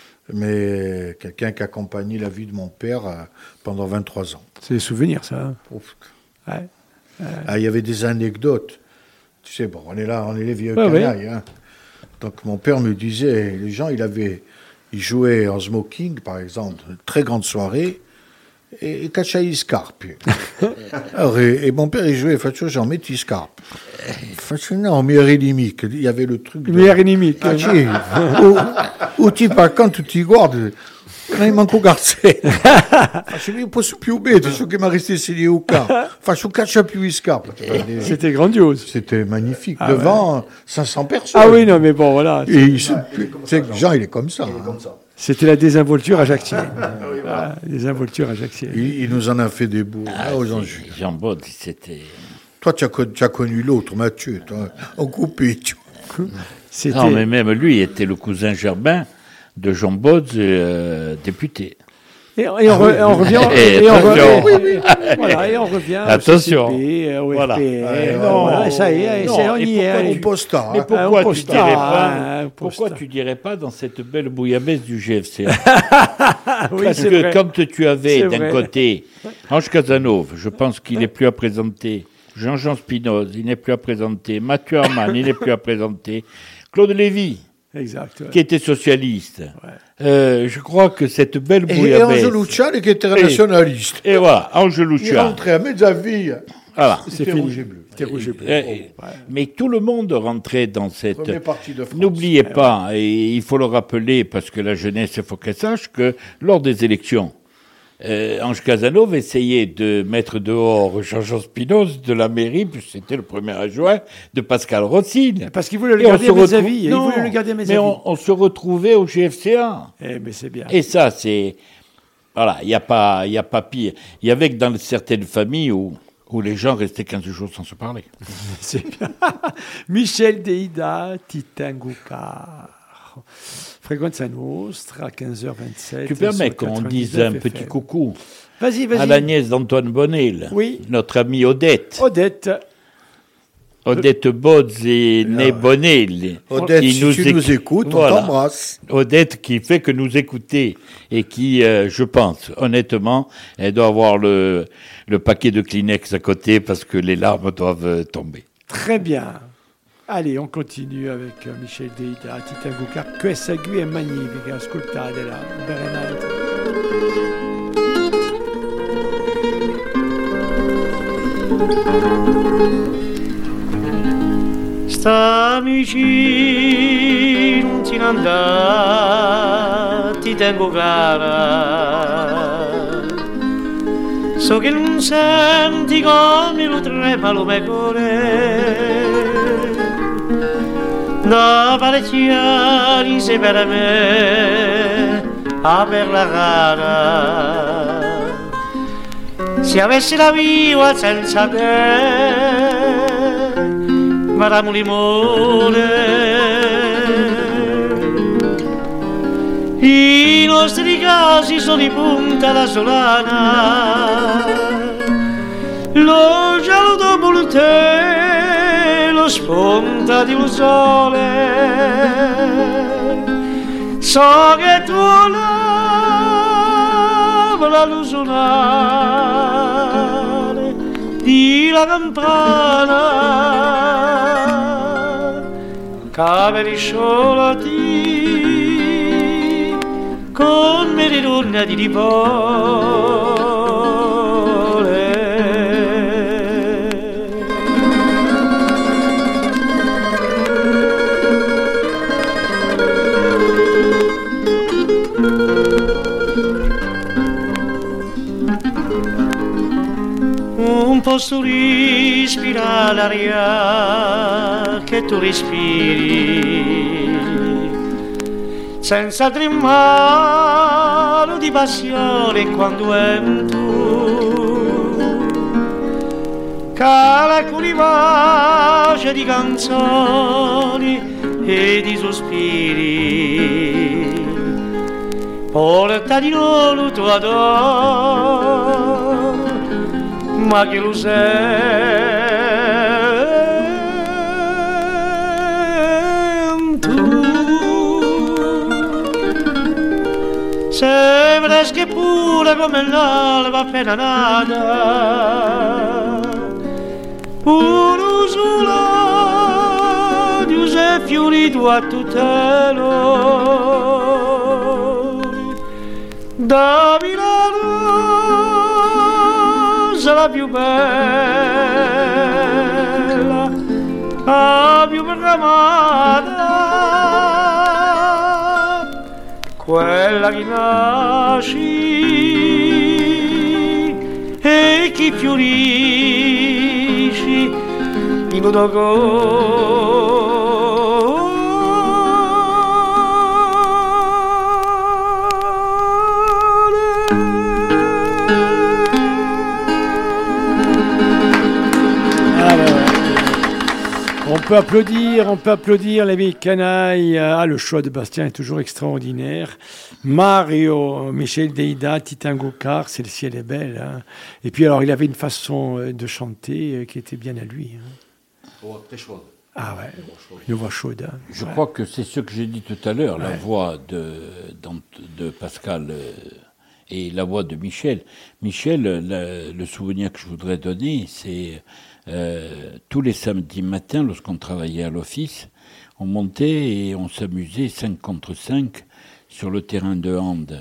mais quelqu'un qui a accompagné la vie de mon père euh, pendant vingt-trois ans. C'est des souvenirs, ça. Hein. Ouf. Ouais. Ah, il y avait des anecdotes. Tu sais, bon, on est là, on est les vieux Ouais, canailles. Hein. Donc mon père me disait, les gens, il avait, il jouait en smoking, par exemple, une très grande soirée, e, e cacciai scarpe. Alors, et, et mon père, il jouait, faccio, j'en mets tes scarpe. Faccio, non, meilleur ennemi. Il y avait le truc. Le meilleur ennemi. Ah, sì. o, o ti par quand tu guardi, non, il manco garze. Faccio, io posso più bene, so che mi restesse lì au campo. Faccio, caccia più i scarpe. C'était grandiose. C'était magnifique. Ah Devant ouais. cinq cents personnes. Ah oui, non, mais bon, voilà. Et il se- c'est que Jean, il est comme ça. hein. C'était la désinvolture Ajaccier. Ah, désinvolture Ajaccier. Il, il nous en a fait des beaux. Ah, Ah, aux c'est- Anjou. Jean Bodz, c'était. Toi, tu as, con- tu as connu l'autre, Mathieu, toi, en coupé. Tu... C'était. Non, mais même lui était le cousin germain de Jean Bodz, euh, député. Et, et on, re- et on revient. Et et on attention. re- oui, oui. Voilà, et on revient. Attention. Au C C P, au Voilà. F P R, Ouais, non, ouais, voilà, ça y est, non, c'est- on et y est. pourquoi allez. Au posta. Mais hein. pourquoi un tu posta, dirais pas hein, un Pourquoi posta. tu dirais pas dans cette belle bouillabaisse du G F C A? Ah, oui, Parce c'est que vrai. comme tu avais C'est d'un vrai. côté Ange Casanova, je pense qu'il n'est plus à présenter. Jean-Jean Spinoza, il n'est plus à présenter. Mathieu Arman, il n'est plus à présenter. Claude Lévy, Exact. ouais. qui était socialiste. Euh, je crois que cette belle Et, et bouillabaisse. Angelo Luciani, qui était nationaliste. Et voilà, Ange Il Lucia. rentrait à Mezzaville. Voilà. C'est C'était fini. rouge et bleu. C'était rouge et bleu. Euh, Mais tout le monde rentrait dans cette. Première partie de France. N'oubliez pas, et il faut le rappeler, parce que la jeunesse, il faut qu'elle sache que lors des élections, euh, Ange Casanova essayait de mettre dehors Jean-Jean Spinoza de la mairie, puisque c'était le premier adjoint de Pascal Rossine. Parce qu'il voulait le Et on garder se à mes retrouve- avis. Il Non, voulait le garder à mes mais avis. on, on se retrouvait au G F C A. Eh, mais c'est bien. Et ça, c'est... Voilà, il n'y a, pas- il y a pas pire. Il y avait que dans certaines familles où, où les gens restaient quinze jours sans se parler. C'est bien. Michel Deida, Titangucar. Fréquence Nostra, à quinze heures vingt-sept. Tu permets sur qu'on dise quatre-vingt-dix-neuf un petit F M. coucou Vas-y, à la vas-y. nièce d'Antoine Bonnel, Oui. notre amie Odette. Odette. Odette Bodz et Né Bonnel. Odette, qui si tu éc- nous écoutes, Voilà. on t'embrasse. Odette qui fait que nous écouter et qui, euh, je pense, honnêtement, elle doit avoir le, le paquet de Kleenex à côté parce que les larmes doivent euh, tomber. Très bien. Allez, on continue avec euh, Michel Deida, Titangucar. Questa qui è magnifica, ascoltatela. Bernard. Stammi vicino, non ti andare, ti tengo cara. So che non senti come lo trema lo pecore. Da parecchiari sei per me, a per la cara. Se avessi la vita senza te, Madame Limone, i nostri casi sono di punta da solana, lo giallo dopo il tè, lo spunta di un sole, so che tu lava la lusunare di la campana, caveri sciolati con meridurna di ripole. un posto respira l'aria che tu respiri, senza tremare di passione quando entro, cala con i voce di canzoni e di sospiri, porta di loro tu adoro, ma che lo sento. Sei fresca e pura come l'alba appena nata, puro sulla di sei fiorito a tutello, da Milano la più bella, la più amata, quella che nasci e che fiorisci in un On peut applaudir, on peut applaudir les vieilles canailles. Ah, le choix de Bastien est toujours extraordinaire. Mario, Michel Deïda, Titin Gokar, c'est le ciel est belle. Hein. Et puis alors, il avait une façon de chanter qui était bien à lui. Hein. Oh, très chaude. Ah ouais, une voix chaude. Hein. Je ouais. crois que c'est ce que j'ai dit tout à l'heure, ouais. la voix de, de Pascal euh, et la voix de Michel. Michel, la, le souvenir que je voudrais donner, c'est... Euh, tous les samedis matins, lorsqu'on travaillait à l'office, on montait et on s'amusait cinq contre cinq sur le terrain de hand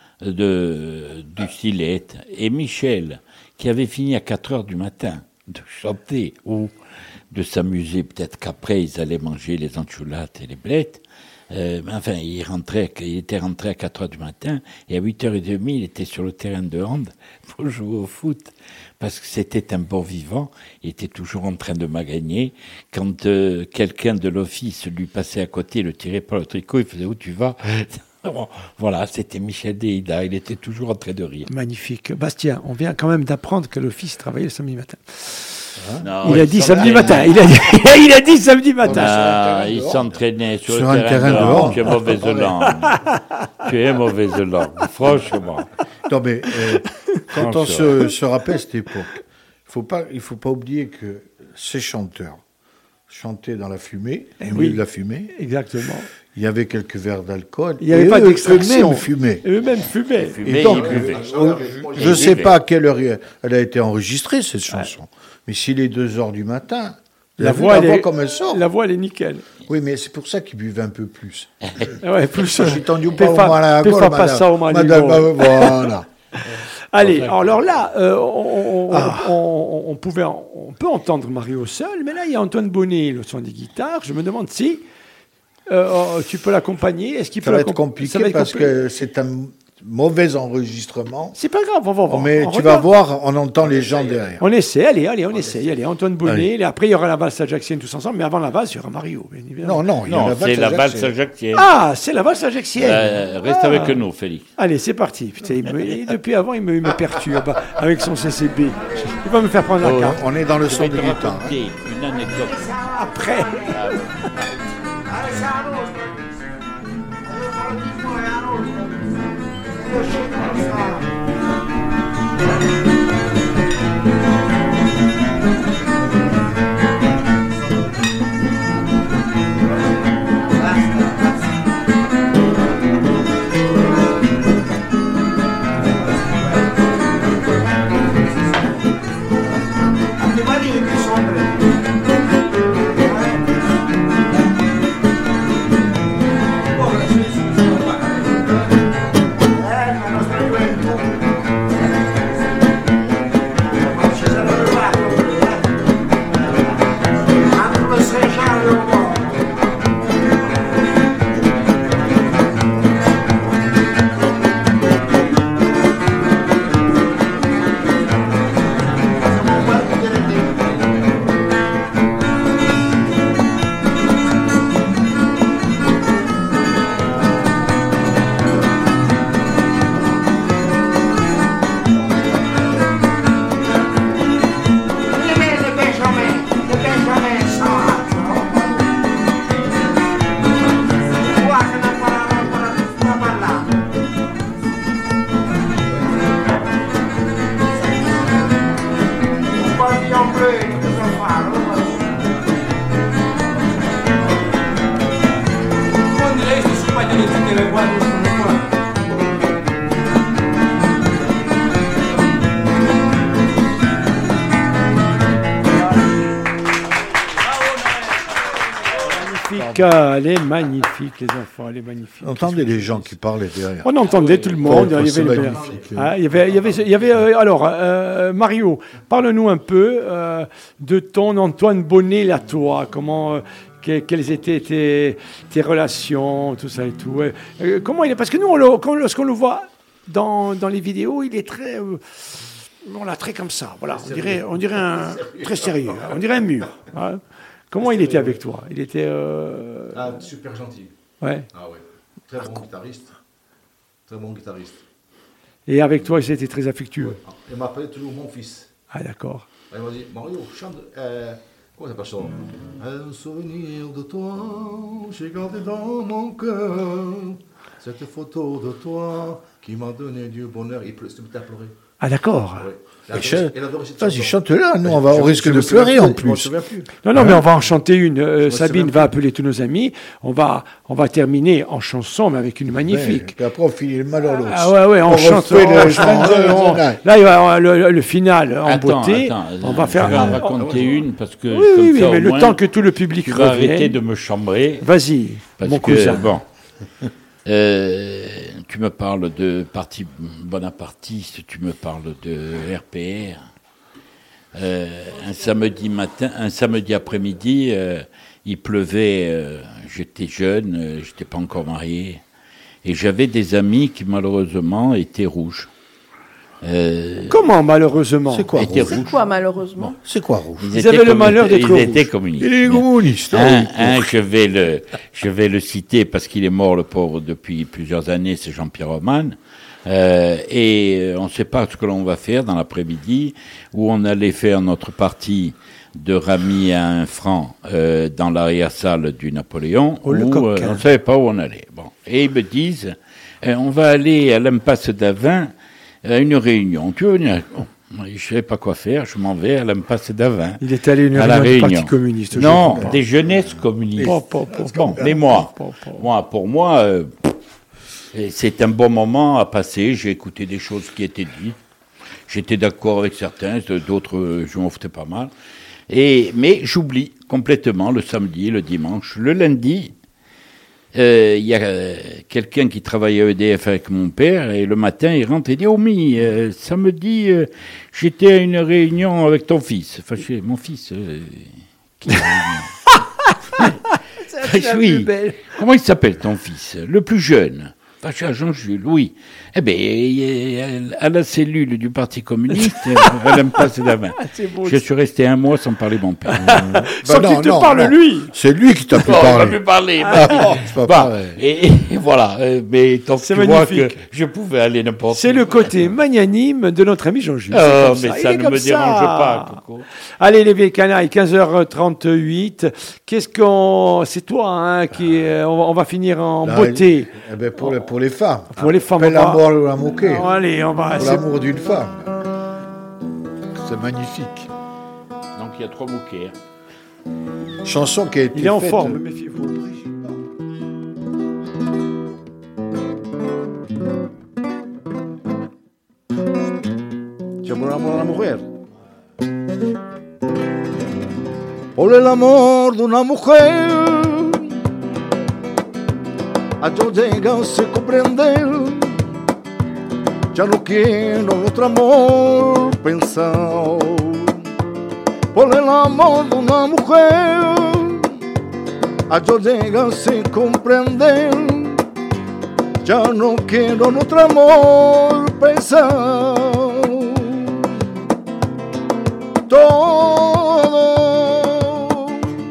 de, du Silette. Et Michel, qui avait fini à quatre heures du matin de chanter ou de s'amuser, peut-être qu'après ils allaient manger les enchulates et les blettes, euh, enfin il, rentrait, il était rentré à quatre heures du matin et à huit heures trente il était sur le terrain de hand pour jouer au foot. Parce que c'était un bon vivant, il était toujours en train de magagner. Quand euh, quelqu'un de l'office lui passait à côté, le tirait par le tricot, il faisait « Où tu vas ?» Voilà, c'était Michel Deïda, il était toujours en train de rire. Magnifique. Bastien, on vient quand même d'apprendre que l'office travaillait le samedi matin. Hein non, il, a dit samedi matin. Il a dit, il a dit samedi matin. Ah, il s'entraînait sur, sur le terrain, terrain dehors. Tu es mauvaise langue. Tu es mauvaise langue, franchement. Non mais euh, quand on se, se rappelle cette époque, faut pas, il ne faut pas oublier que ces chanteurs chantaient dans la fumée, et au oui, milieu de la fumée. Exactement. Il y avait quelques verres d'alcool. Il n'y avait pas d'extraction. Eux-mêmes fumaient. Eux-mêmes fumaient. Et donc, on, je ne sais pas à quelle heure elle a été enregistrée, cette chanson. Ouais. Mais s'il est deux heures du matin, la voix, la voix est, comme elle sort. La voix, elle est nickel. Oui, mais c'est pour ça qu'il buvait un peu plus. Ouais, plus. J'ai tendu pas au malago, madame. Voilà. Allez, alors là, euh, on, on, ah. on, on, on, pouvait, on peut entendre Mario seul, mais là, il y a Antoine Bonnet, le son des guitares. Je me demande si euh, tu peux l'accompagner. Est-ce qu'il ça peut va être compliqué ça va être parce compli- que c'est un mauvais enregistrement. C'est pas grave, on va voir. Mais on tu regarde. vas voir, on entend les gens derrière. On essaie, allez, allez, on, on essaie. Allez, Antoine Bonnet, allez. Après il y aura la valse ajaxienne tous ensemble, mais avant la valse, il y aura Mario, bien évidemment. Non, non, il y a non la c'est la valse ajaxienne. Ah, c'est la valse ajaxienne. Euh, reste ah. avec nous, Félix. Allez, c'est parti. Putain, il me, depuis avant, il me, il me perturbe avec son C C B. Il va me faire prendre oh, la carte. On est dans le son de guitare. Une anecdote. Après. Ah, Ah, elle est magnifique, les enfants, elle est magnifique. Entendez les gens qui parlaient derrière. On entendait tout le monde. Oh, il y c'est avait, le- magnifique. Ah, il y avait, il y avait, il y avait, euh, alors, euh, Mario, parle-nous un peu euh, de ton Antoine Bonnet, là, toi. Comment, euh, que- quelles étaient tes, tes relations, tout ça et tout. ouais. Euh, comment il est Parce que nous, on le- quand- lorsqu'on le voit dans, dans les vidéos, il est très, euh, on l'a très comme ça. Voilà, on dirait, on dirait un très sérieux. On dirait un mur. hein. Comment il était avec toi Il était, euh, Ah, super gentil. ouais. Ah ouais. Très bon guitariste. Très bon guitariste. Et avec toi, il était très affectueux. Il m'appelait toujours mon fils. Ah d'accord. Il m'a dit, Mario, chante. Euh, comment ça s'appelle ça Un souvenir de toi, j'ai gardé dans mon cœur. Cette photo de toi qui m'a donné du bonheur. Il pleut, c'était à pleurer. Ah d'accord. Ouais. Et Il cha- adorait- il adorait cette Vas-y, chanson. chante là, nous on, va, Je- on risque je de me souviens pleurer plus, en je me plus. souviens plus. Non, non, mais on va en chanter une. Euh, me Sabine souviens va plus. appeler tous nos amis. On va, on va terminer en chanson, mais avec une magnifique. Ouais, puis après on finit le mal à l'autre. Ah ouais, ouais, on, On chante. refait on- le on- Stranger on- in the Night. là, il va y avoir le, le final en Attends, beauté. attends, on va faire je vais en un- raconter une parce que Oui, comme oui, oui, ça, au mais le moins, temps que tout le public tu vas revienne. arrêter de me chambrer. Vas-y, Parce mon que, cousin. bon, euh, tu me parles de parti bonapartiste, tu me parles de R P R. Euh, un samedi matin, un samedi après-midi, euh, il pleuvait, euh, j'étais jeune, euh, j'étais pas encore marié, et j'avais des amis qui malheureusement étaient rouges. Euh, Comment, malheureusement C'est quoi étaient rouge C'est quoi, malheureusement C'est quoi rouge Ils avaient le malheur d'être Ils étaient rouges. communistes. Il est communiste. Un, un, je vais le, je vais le citer parce qu'il est mort, le pauvre, depuis plusieurs années, c'est Jean-Pierre Roman. Euh, et euh, on ne sait pas ce que l'on va faire dans l'après-midi, où on allait faire notre partie de Rami à un franc euh, dans l'arrière-salle du Napoléon, Oh, le où euh, coquin. on ne savait pas où on allait. Bon. Et ils me disent, euh, on va aller à l'impasse d'Avin à une réunion. Tu veux venir? Bon. Je ne savais pas quoi faire, je m'en vais à l'impasse d'Avin. Il est allé à une À la réunion du Réunion. Parti communiste. je Non, comprends. des jeunesses communistes. Po, po, po, Bon, po. mais moi, Po, po. moi, pour moi, euh, et c'est un bon moment à passer. J'ai écouté des choses qui étaient dites. J'étais d'accord avec certains, d'autres, euh, je m'en foutais pas mal. Et, mais j'oublie complètement le samedi, le dimanche. Le lundi, euh, il y a euh, quelqu'un qui travaillait à E D F avec mon père, et le matin, il rentre et dit « Oh, mi, euh, samedi, euh, j'étais à une réunion avec ton fils. » Enfin, je fais, mon fils, euh, qui réunion C'est la oui. plus belle. Comment il s'appelle ton fils? Le plus jeune. Enfin, je suis à Jean-Jules, oui. Eh bien, à la cellule du Parti communiste, à l'impasse d'Avin. C'est beau. Je suis resté un mois sans parler mon père. Sans Bah qu'il non, te non, parle, non. lui. C'est lui qui t'a pu Bon, on va parler. plus parler. Ah, c'est pas Bon, pareil. et, et voilà. euh, Mais donc, C'est tu vois que magnifique. je pouvais aller n'importe où. C'est le côté magnanime de notre ami Jean-Jules. Ah, C'est comme mais Il ça est ne comme me ça. dérange pas, Coco. Allez, les vieilles canailles, quinze heures trente-huit. Qu'est-ce qu'on. C'est toi, hein, qui. euh, on, va, on va finir en Là, beauté. eh ben, pour, les, pour les femmes. Pour les femmes, Appelle on va- l'amour ou la moquer. Non, allez, on va. Pour c'est- l'amour d'une femme. C'est magnifique. Donc, il y a trois bouquets. Chanson qui a été Il est en faite- forme, méfiez-vous. Yo por amor a la mujer. Por el amor de una mujer, a yo llega se comprender. Ya no quiero en otro amor pensar. Por el amor de una mujer, a yo llega se comprender. Ya no quiero en otro amor pensar. Todo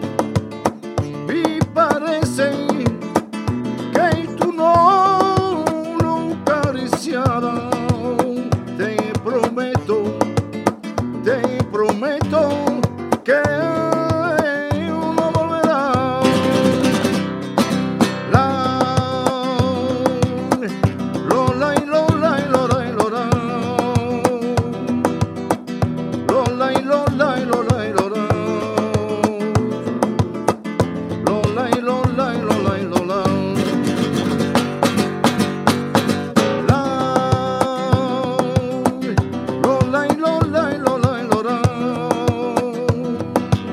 y parece que tú no lo acariciarás. Te prometo, te prometo que no volverá. La, lola y lola y lola y lola. Lola y lola y lola y lola. Lola y lola y lola y lola. La, lola y lola y lola y lola.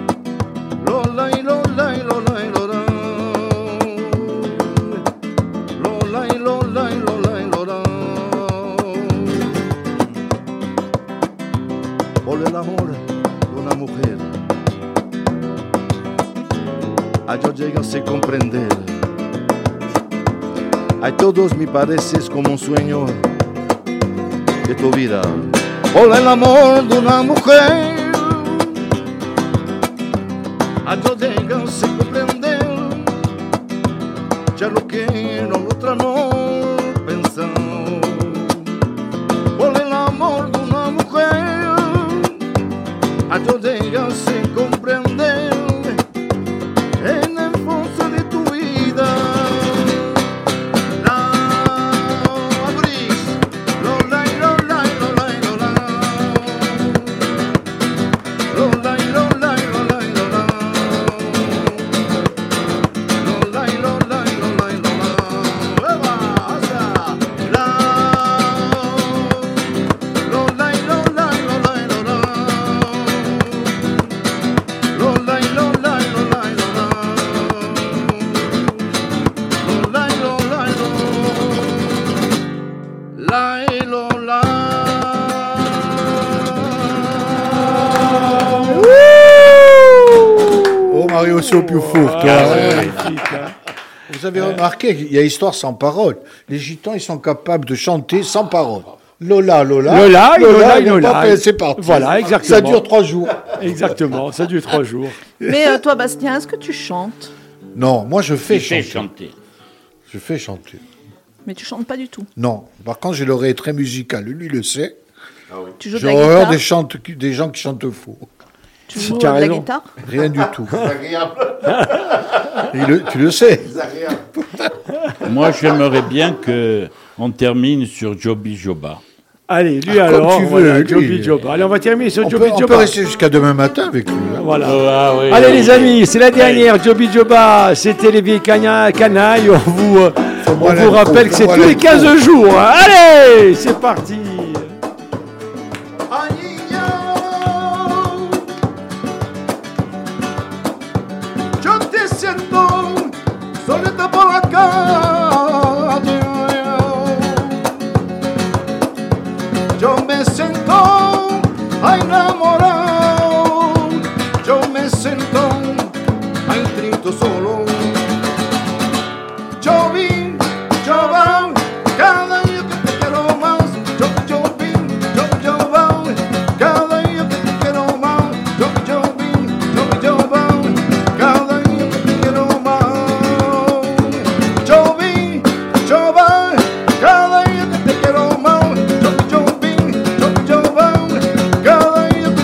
por el amor de una mujer. A yo llego sin comprender. A todos me pareces como un sueño de tu vida. Por el amor de una mujer. A yo llego sin comprender. Ya lo que no otra no pensó. Por el amor de una mujer. A yo llego sin comprender. En el fondo de tu vida. La abrís. Lola y lola y lola y lola. Lola y lola y lola y lola. Lola y lola y lola y lola. ¡Eva! ¡Asa! La Lola y lola y lola y lola. Lola y lola y lola y lola. Lola y lola y lola. La y lola. Oh Mario, c'est au plus four, toi. Ah, ouais, magnifique, hein. Vous avez remarqué qu'il y a histoire sans parole. Les gitans, ils sont capables de chanter sans parole. Lola, Lola. Lola, Lola, ils vont Lola. pas payer, c'est parti. Voilà, exactement. Ça dure trois jours. Exactement, ça dure trois jours. Mais euh, toi, Bastien, est-ce que tu chantes? Non, moi je fais Il fait chanter. chanter. Je fais chanter. Mais tu chantes pas du tout. Non, par contre, j'ai l'oreille très musicale. Lui le sait. Tu joues de J'ai la horreur guitare. des, chantes- des gens qui chantent faux. Tu joues Tu as euh, de la raison. guitare. Rien du tout. Agréable. Et le- tu le sais. Agréable. Moi, j'aimerais bien que on termine sur Joby Joba. Allez, lui Ah, comme alors, tu veux, voilà, lui. Joby Joba. Allez, on va terminer sur On Joby peut, on peut Joba. rester jusqu'à demain matin avec lui. hein. Voilà. Ah, oui, Allez oui. les amis, c'est la dernière, Joby Joba, c'était les vieilles cana- canailles, on vous, euh, on Fais-moi vous l'intro, rappelle que c'est fais-moi tous les l'intro. quinze jours. hein. Allez, c'est parti. Ay, niño, yo te siento solita por la calle. Yo me siento enamorado. Yo me siento un trito solo. Yo vi, yo va, cada día que te quiero más. Yo, yo vi, yo, yo va, cada día que te quiero más. Yo, yo vi, yo, yo va, cada día que te quiero más. Yo vi, yo va, cada día que te quiero más. Yo, yo vi, yo, yo va, cada día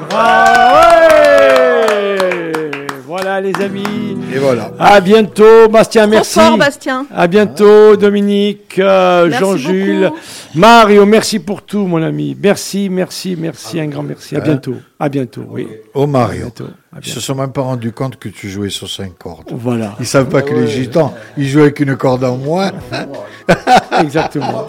Ah ouais. Voilà les amis. Et voilà. À bientôt, Bastien, Trop merci. fort, Bastien. À bientôt, Dominique, euh, Merci Jean-Jules, beaucoup. Mario, merci pour tout, mon ami. Merci, merci, merci, un grand merci. À bientôt. À bientôt, oui. Oh À Mario, bientôt. À ils bientôt. se sont même pas rendus compte que tu jouais sur cinq cordes. Voilà. Ils savent pas que les gitans, ils jouent avec une corde en moins. Exactement.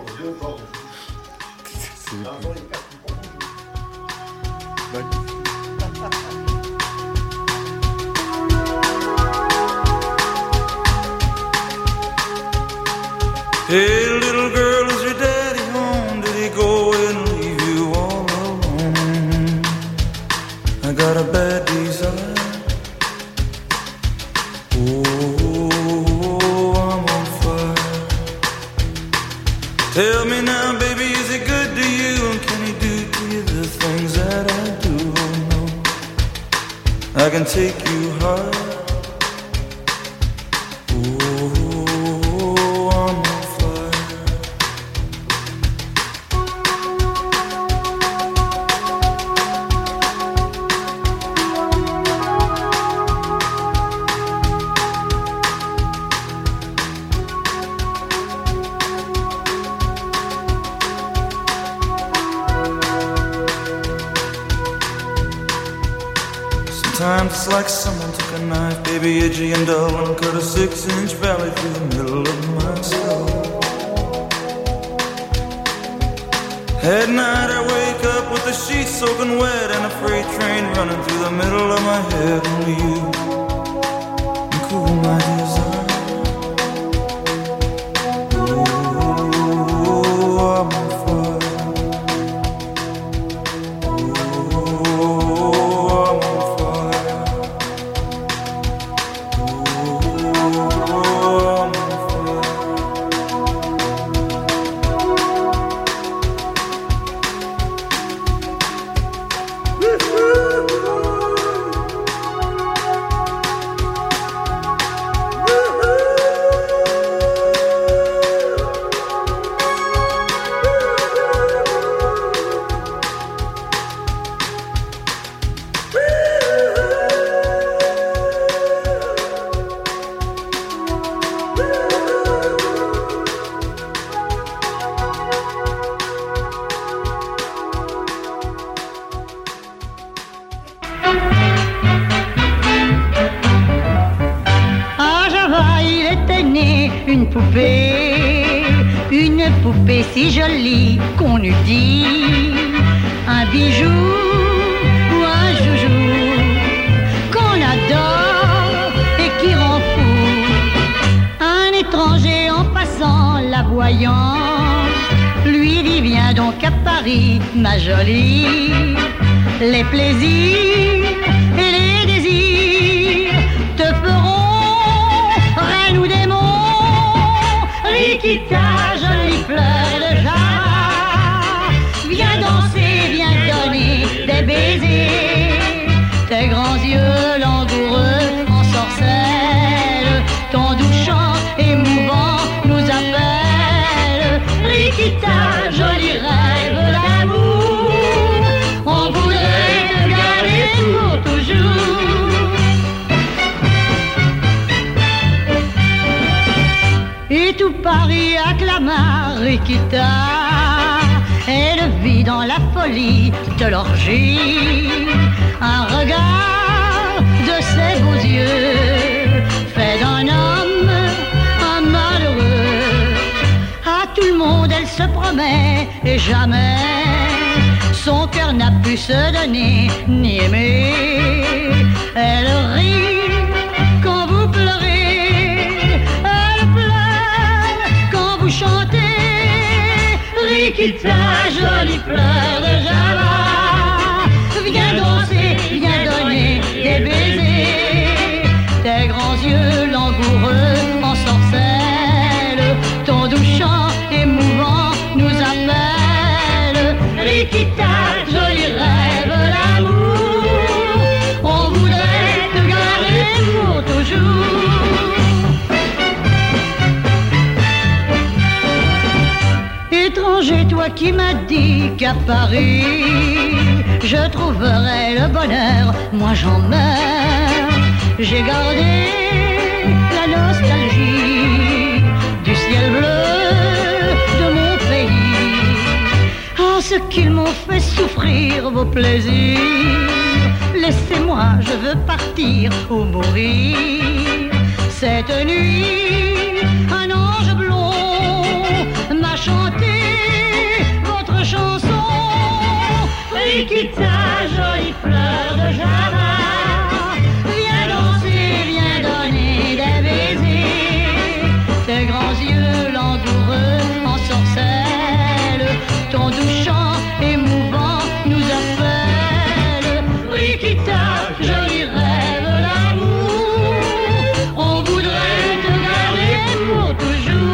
Hey, little girl, is your daddy home? Did he go and leave you all alone? I got a bad desire. Oh, I'm on fire. Tell me now, baby, is he good to you? And can he do to you the things that I do? Oh, no, I can take you high. Sometimes it's like someone took a knife, baby, edgy and dull, and cut a six-inch valley through the middle of my skull. At night I wake up with the sheets soaking wet and a freight train running through the middle of my head. Only you can cool my desire. Oh, I'm on fire. Une poupée, une poupée si jolie qu'on eût dit un bijou ou un joujou qu'on adore et qui rend fou. Un étranger en passant la voyant lui dit viens donc à Paris ma jolie. Les plaisirs et les désirs te feront reine ou démon. Rikita, jolie fleur de Java, viens danser, viens donner des baisers. Tes grands yeux langoureux en sorcellent, ton doux chant émouvant nous appelle. Rikita, joli rêve d'amour, on voudrait te garder pour toujours. Et tout Paris acclama Rikita. Elle vit dans la folie de l'orgie un regard de ses beaux yeux fait d'un homme un malheureux. À tout le monde elle se promet et jamais son cœur n'a pu se donner ni aimer. Elle rit quand vous pleurez, elle pleure quand vous chantez. Rikita, jolie fleur de Java, viens danser, viens donner des baisers. Tes grands yeux langoureux en sorcellent, ton doux chant émouvant nous appelle. Rikita, joli rêve d'amour, on voudrait te garder pour toujours. Étranger, toi qui m'as dit qu'à Paris je trouverai le bonheur, moi j'en meurs. J'ai gardé la nostalgie du ciel bleu de mon pays. Ah, ce qu'ils m'ont fait souffrir, vos plaisirs. Laissez-moi, je veux partir ou mourir. Cette nuit, un ange blond m'a chanté votre chanson. Rikita, jolie fleur de Java, viens danser, viens donner des baisers. Tes grands yeux langoureux en sorcellent, ton doux chant émouvant nous appelle. Rikita, joli rêve d'amour, on voudrait te garder pour toujours.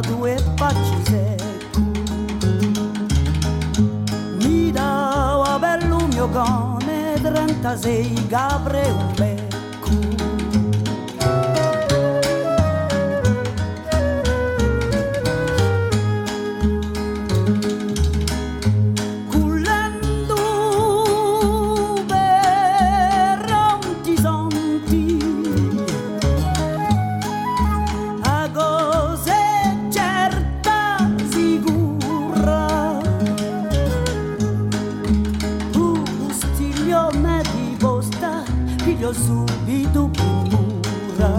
due facce secco. Mi dava bello mio cane, trentasei capre e un becco. Subito mura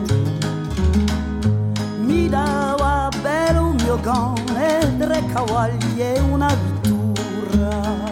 mi dava bello un mio cane, tre cavalli e una vittura.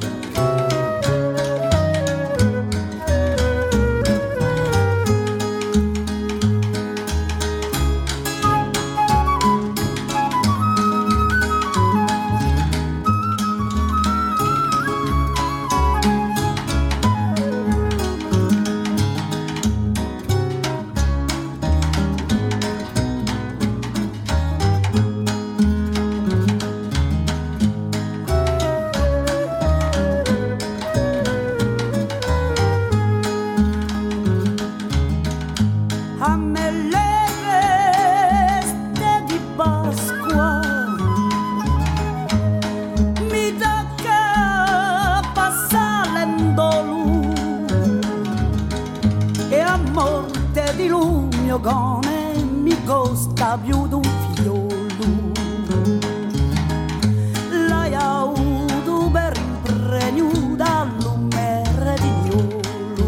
Mi costa più d'un figliolo. L'hai avuto per impregno dall'umere di miolo.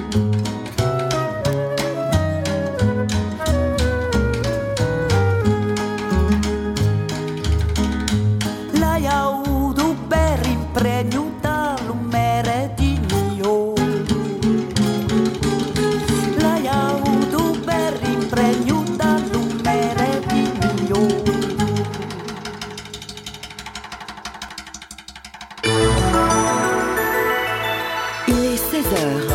L'hai avuto per impregno dall'umere di miolo. Il est seize heures.